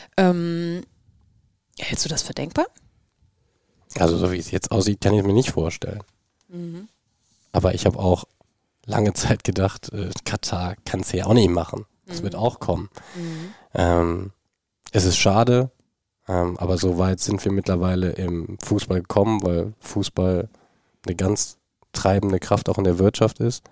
Hältst du das für denkbar? Also so wie es jetzt aussieht, kann ich es mir nicht vorstellen. Mhm. Aber ich habe auch lange Zeit gedacht, Katar kann es ja auch nicht machen. Das wird auch kommen. Es ist schade, aber so weit sind wir mittlerweile im Fußball gekommen, weil Fußball eine ganz treibende Kraft auch in der Wirtschaft ist,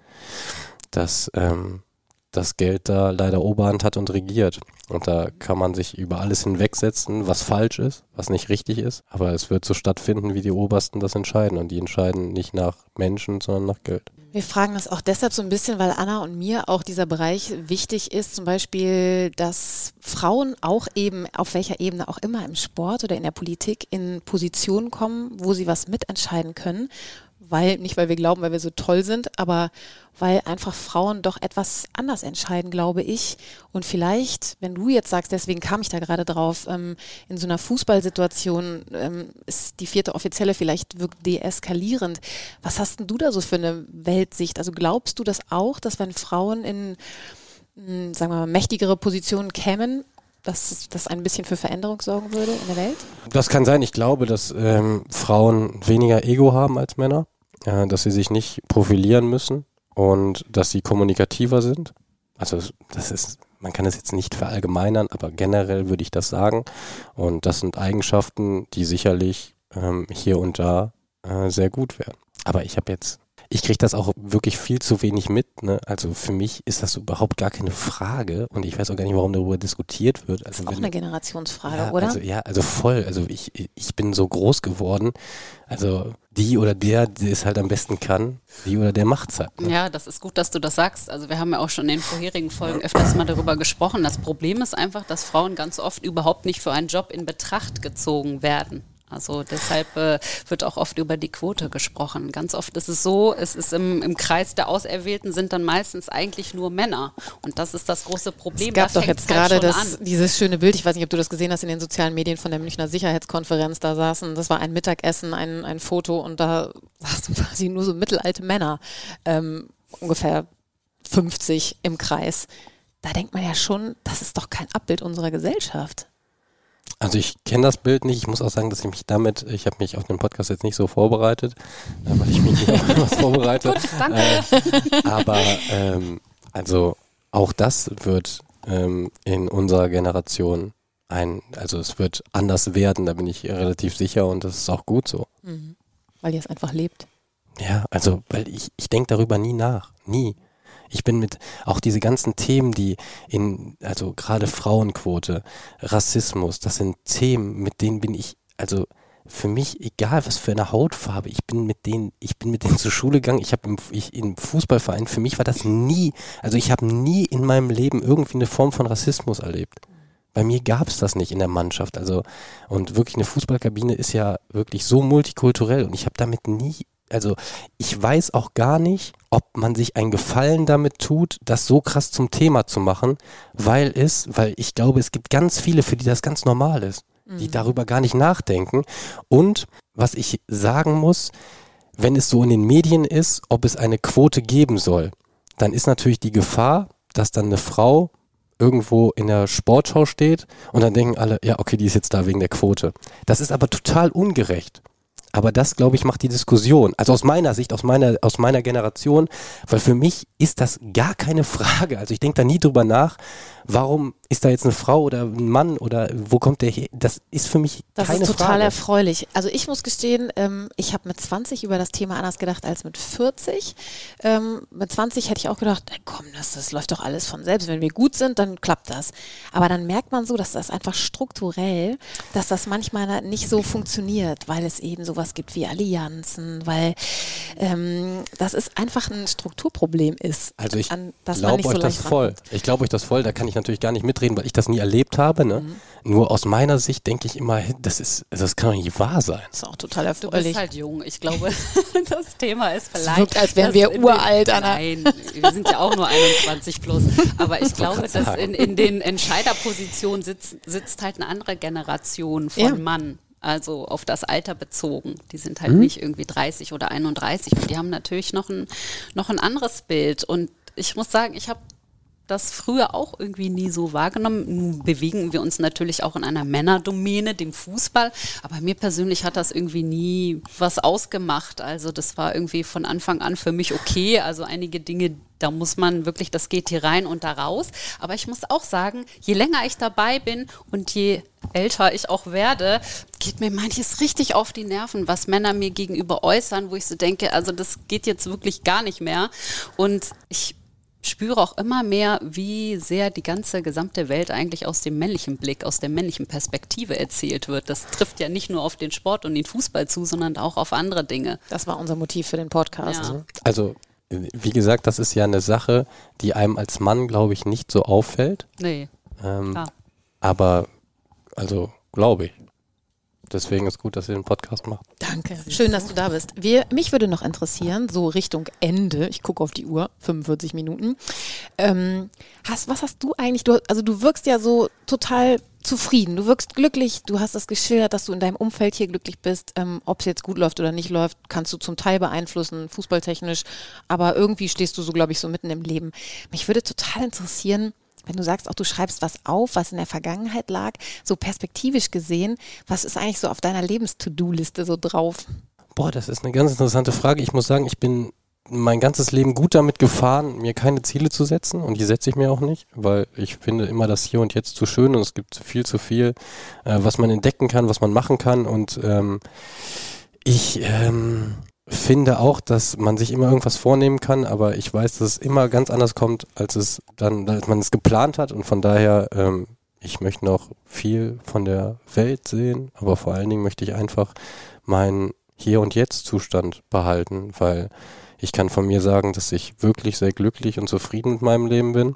dass das Geld da leider Oberhand hat und regiert. Und da kann man sich über alles hinwegsetzen, was falsch ist, was nicht richtig ist. Aber es wird so stattfinden, wie die Obersten das entscheiden. Und die entscheiden nicht nach Menschen, sondern nach Geld. Wir fragen das auch deshalb so ein bisschen, weil Anna und mir auch dieser Bereich wichtig ist. Zum Beispiel, dass Frauen auch eben, auf welcher Ebene auch immer im Sport oder in der Politik, in Positionen kommen, wo sie was mitentscheiden können. Nicht, weil wir glauben, weil wir so toll sind, aber weil einfach Frauen doch etwas anders entscheiden, glaube ich. Und vielleicht, wenn du jetzt sagst, deswegen kam ich da gerade drauf, in so einer Fußballsituation ist die 4. Offizielle vielleicht wirkt deeskalierend. Was hast denn du da so für eine Weltsicht? Also glaubst du das auch, dass wenn Frauen in, sagen wir mal, mächtigere Positionen kämen, dass das ein bisschen für Veränderung sorgen würde in der Welt? Das kann sein. Ich glaube, dass Frauen weniger Ego haben als Männer, dass sie sich nicht profilieren müssen und dass sie kommunikativer sind. Also man kann es jetzt nicht verallgemeinern, aber generell würde ich das sagen. Und das sind Eigenschaften, die sicherlich hier und da sehr gut wären. Aber ich kriege das auch wirklich viel zu wenig mit. Ne? Also für mich ist das überhaupt gar keine Frage und ich weiß auch gar nicht, warum darüber diskutiert wird. Also das ist auch eine Generationsfrage, oder? Also voll. Also ich bin so groß geworden. Also die oder der es halt am besten kann, die oder der macht's halt. Ne? Ja, das ist gut, dass du das sagst. Also wir haben ja auch schon in den vorherigen Folgen öfters mal darüber gesprochen. Das Problem ist einfach, dass Frauen ganz oft überhaupt nicht für einen Job in Betracht gezogen werden. Also deshalb wird auch oft über die Quote gesprochen. Ganz oft ist es so, es ist im Kreis der Auserwählten sind dann meistens eigentlich nur Männer. Und das ist das große Problem. Es gab doch jetzt gerade dieses schöne Bild, ich weiß nicht, ob du das gesehen hast in den sozialen Medien von der Münchner Sicherheitskonferenz, da saßen, das war ein Mittagessen, ein Foto und da saßen quasi nur so mittelalte Männer, ungefähr 50 im Kreis. Da denkt man ja schon, das ist doch kein Abbild unserer Gesellschaft. Also ich kenne das Bild nicht. Ich muss auch sagen, dass ich habe mich auf den Podcast jetzt nicht so vorbereitet, weil ich mich nicht auf etwas vorbereite. Gut, danke. Aber also auch das wird in unserer Generation also es wird anders werden, da bin ich relativ sicher und das ist auch gut so. Mhm. Weil ihr es einfach lebt. Ja, also weil ich denke darüber nie nach, nie. Ich bin mit auch diese ganzen Themen, also gerade Frauenquote, Rassismus, das sind Themen, mit denen bin ich, also für mich, egal was für eine Hautfarbe, ich bin mit denen zur Schule gegangen, im Fußballverein, für mich war das nie, also ich habe nie in meinem Leben irgendwie eine Form von Rassismus erlebt. Bei mir gab es das nicht in der Mannschaft, also und wirklich eine Fußballkabine ist ja wirklich so multikulturell und ich habe damit nie, also ich weiß auch gar nicht, ob man sich einen Gefallen damit tut, das so krass zum Thema zu machen, weil ich glaube, es gibt ganz viele, für die das ganz normal ist, die darüber gar nicht nachdenken. Und was ich sagen muss, wenn es so in den Medien ist, ob es eine Quote geben soll, dann ist natürlich die Gefahr, dass dann eine Frau irgendwo in der Sportschau steht und dann denken alle, ja okay, die ist jetzt da wegen der Quote. Das ist aber total ungerecht. Aber das, glaube ich, macht die Diskussion, also aus meiner Sicht, aus meiner Generation, weil für mich ist das gar keine Frage. Also ich denke da nie drüber nach, warum ist da jetzt eine Frau oder ein Mann oder wo kommt der her? Das ist für mich keine Frage. Das ist total erfreulich. Also ich muss gestehen, ich habe mit 20 über das Thema anders gedacht als mit 40. Mit 20 hätte ich auch gedacht, komm, das läuft doch alles von selbst. Wenn wir gut sind, dann klappt das. Aber dann merkt man so, dass das einfach strukturell, dass das manchmal nicht so funktioniert, weil es eben sowas gibt wie Allianzen, weil das ist einfach ein Strukturproblem ist. Also ich glaube euch das voll. Ich glaube euch das voll, da kann ich natürlich gar nicht mitreden, weil ich das nie erlebt habe. Ne? Nur aus meiner Sicht denke ich immer, das kann doch nicht wahr sein. Das ist auch total erfreulich. Du bist halt jung. Ich glaube, das Thema ist vielleicht... Es wirkt, als wären wir uralt, Anna. Nein, wir sind ja auch nur 21 plus. Aber ich glaube, dass in den Entscheiderpositionen sitzt halt eine andere Generation von Mann. Also auf das Alter bezogen. Die sind halt nicht irgendwie 30 oder 31 und die haben natürlich noch ein anderes Bild. Und ich muss sagen, ich habe das früher auch irgendwie nie so wahrgenommen. Nun bewegen wir uns natürlich auch in einer Männerdomäne, dem Fußball, aber mir persönlich hat das irgendwie nie was ausgemacht. Also das war irgendwie von Anfang an für mich okay. Also einige Dinge, da muss man wirklich, das geht hier rein und da raus. Aber ich muss auch sagen, je länger ich dabei bin und je älter ich auch werde, geht mir manches richtig auf die Nerven, was Männer mir gegenüber äußern, wo ich so denke, also das geht jetzt wirklich gar nicht mehr. Und ich spüre auch immer mehr, wie sehr die gesamte Welt eigentlich aus dem männlichen Blick, aus der männlichen Perspektive erzählt wird. Das trifft ja nicht nur auf den Sport und den Fußball zu, sondern auch auf andere Dinge. Das war unser Motiv für den Podcast. Ja. Also, wie gesagt, das ist ja eine Sache, die einem als Mann, glaube ich, nicht so auffällt. Nee, klar. Aber, also, glaube ich. Deswegen ist gut, dass ihr den Podcast macht. Danke. Schön, dass du da bist. Mich würde noch interessieren, so Richtung Ende, ich gucke auf die Uhr, 45 Minuten. Was hast du eigentlich, du wirkst ja so total zufrieden, du wirkst glücklich, du hast es geschildert, dass du in deinem Umfeld hier glücklich bist. Ob es jetzt gut läuft oder nicht läuft, kannst du zum Teil beeinflussen, fußballtechnisch, aber irgendwie stehst du so, glaube ich, so mitten im Leben. Mich würde total interessieren, wenn du sagst, auch du schreibst was auf, was in der Vergangenheit lag, so perspektivisch gesehen, was ist eigentlich so auf deiner Lebens-To-Do-Liste so drauf? Boah, das ist eine ganz interessante Frage. Ich muss sagen, ich bin mein ganzes Leben gut damit gefahren, mir keine Ziele zu setzen und die setze ich mir auch nicht, weil ich finde immer das Hier und Jetzt zu schön und es gibt viel zu viel, was man entdecken kann, was man machen kann und ich finde auch, dass man sich immer irgendwas vornehmen kann, aber ich weiß, dass es immer ganz anders kommt, als man es geplant hat und von daher, ich möchte noch viel von der Welt sehen, aber vor allen Dingen möchte ich einfach meinen Hier- und Jetzt-Zustand behalten, weil ich kann von mir sagen, dass ich wirklich sehr glücklich und zufrieden mit meinem Leben bin,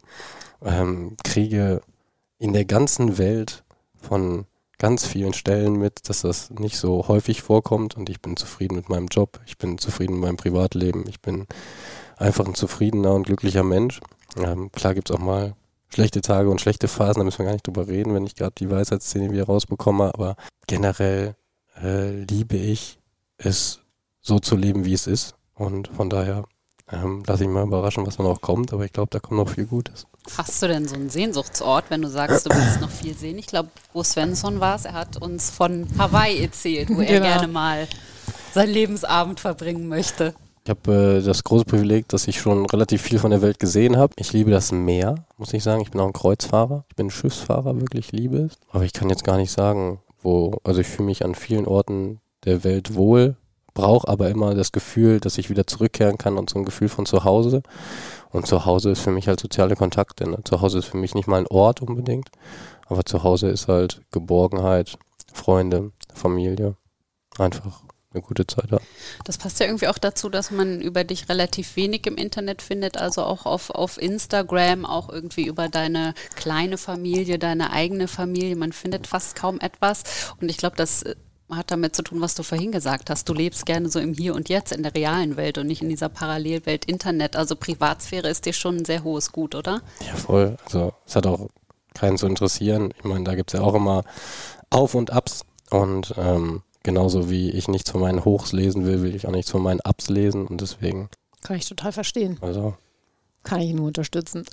kriege in der ganzen Welt von ganz vielen Stellen mit, dass das nicht so häufig vorkommt und ich bin zufrieden mit meinem Job, ich bin zufrieden mit meinem Privatleben, ich bin einfach ein zufriedener und glücklicher Mensch. Klar gibt es auch mal schlechte Tage und schlechte Phasen, da müssen wir gar nicht drüber reden, wenn ich gerade die Weisheitsszene wieder rausbekomme, aber generell liebe ich es, so zu leben, wie es ist und von daher Lass ich mal überraschen, was da noch kommt, aber ich glaube, da kommt noch viel Gutes. Hast du denn so einen Sehnsuchtsort, wenn du sagst, du willst noch viel sehen? Ich glaube, Bo Svensson war es, er hat uns von Hawaii erzählt, wo er gerne mal seinen Lebensabend verbringen möchte. Ich habe das große Privileg, dass ich schon relativ viel von der Welt gesehen habe. Ich liebe das Meer, muss ich sagen. Ich bin auch ein Kreuzfahrer. Ich bin ein Schiffsfahrer, wirklich liebe es. Aber ich kann jetzt gar nicht sagen, wo. Also ich fühle mich an vielen Orten der Welt wohl, brauche aber immer das Gefühl, dass ich wieder zurückkehren kann und so ein Gefühl von zu Hause. Und zu Hause ist für mich halt soziale Kontakte. Ne? Zu Hause ist für mich nicht mal ein Ort unbedingt, aber zu Hause ist halt Geborgenheit, Freunde, Familie. Einfach eine gute Zeit haben. Das passt ja irgendwie auch dazu, dass man über dich relativ wenig im Internet findet, also auch auf Instagram, auch irgendwie über deine kleine Familie, deine eigene Familie. Man findet fast kaum etwas und ich glaube, das hat damit zu tun, was du vorhin gesagt hast. Du lebst gerne so im Hier und Jetzt in der realen Welt und nicht in dieser Parallelwelt Internet. Also Privatsphäre ist dir schon ein sehr hohes Gut, oder? Ja, voll. Also es hat auch keinen zu interessieren. Ich meine, da gibt es ja auch immer Auf und Abs und genauso wie ich nichts von meinen Hochs lesen will, will ich auch nichts von meinen Ups lesen und deswegen. Kann ich total verstehen. Also. Kann ich nur unterstützen.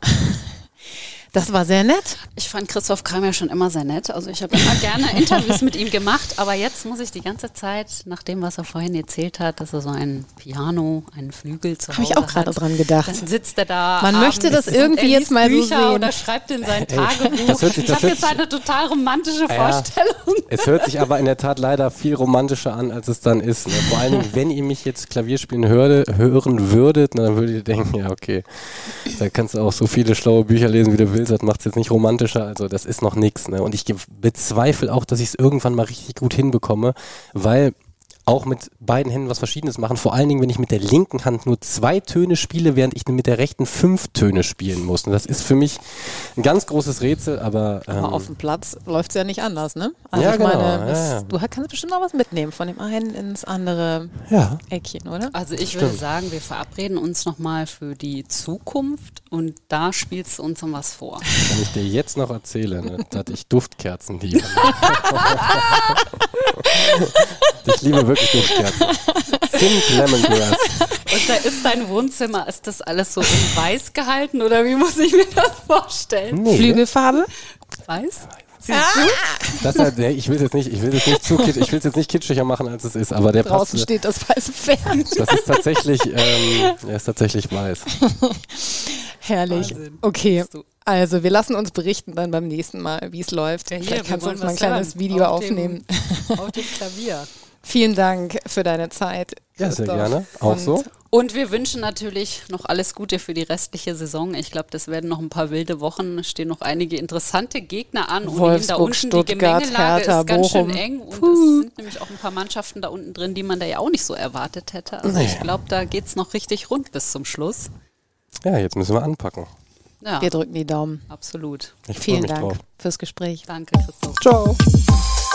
Das war sehr nett. Ich fand Christoph Kramer ja schon immer sehr nett. Also ich habe immer gerne Interviews mit ihm gemacht, aber jetzt muss ich die ganze Zeit, nach dem, was er vorhin erzählt hat, dass er so ein Piano, einen Flügel zu Hause hat. Habe ich auch gerade dran gedacht. Dann sitzt er da. Man möchte das irgendwie jetzt mal so sehen. Oder schreibt in sein Tagebuch. Ich habe jetzt eine total romantische Vorstellung. Es hört sich aber in der Tat leider viel romantischer an, als es dann ist. Ne? Vor allen Dingen, wenn ihr mich jetzt Klavier spielen hören würdet, dann würdet ihr denken, ja okay, da kannst du auch so viele schlaue Bücher lesen, wie du willst. Das macht es jetzt nicht romantischer, also das ist noch nichts. Ne? Und ich bezweifle auch, dass ich es irgendwann mal richtig gut hinbekomme, weil auch mit beiden Händen was Verschiedenes machen, vor allen Dingen, wenn ich mit der linken Hand nur 2 Töne spiele, während ich mit der rechten 5 Töne spielen muss. Und das ist für mich ein ganz großes Rätsel, aber auf dem Platz läuft es ja nicht anders, ne? Also ja, ich genau, meine, du kannst bestimmt auch was mitnehmen, von dem einen ins andere Eckchen, oder? Also ich würde sagen, wir verabreden uns nochmal für die Zukunft und da spielst du uns noch was vor. Wenn ich dir jetzt noch erzähle, ne, dass ich Duftkerzen liebe. Ich liebe wirklich Duftkerzen. Zimt Lemongrass. Und da ist dein Wohnzimmer, ist das alles so in weiß gehalten oder wie muss ich mir das vorstellen? Nee. Flügelfarbe? Weiß? Siehst du? Ich will es jetzt nicht kitschiger machen, als es ist, aber der Draußen passt. steht das weiße Pferd. Das ist tatsächlich, er ist tatsächlich weiß. Herrlich. Wahnsinn. Okay. Also wir lassen uns berichten dann beim nächsten Mal, wie es läuft. Ja, hier, vielleicht kannst du uns wir mal ein wollen was kleines hören. Video Auf aufnehmen. Auf dem Klavier. Vielen Dank für deine Zeit. Ja, sehr Christoph. gerne. Auch Und so. Und wir wünschen natürlich noch alles Gute für die restliche Saison. Ich glaube, das werden noch ein paar wilde Wochen. Es stehen noch einige interessante Gegner an. Und da Wolfsburg, unten die Stuttgart, Gemengelage Hertha, ist ganz schön Bochum. eng. Und es sind nämlich auch ein paar Mannschaften da unten drin, die man da ja auch nicht so erwartet hätte. Also ich glaube, da geht es noch richtig rund bis zum Schluss. Ja, jetzt müssen wir anpacken. Ja, wir drücken die Daumen. absolut. Ich freue Vielen mich Dank drauf. fürs Gespräch. Danke, Christoph. Ciao.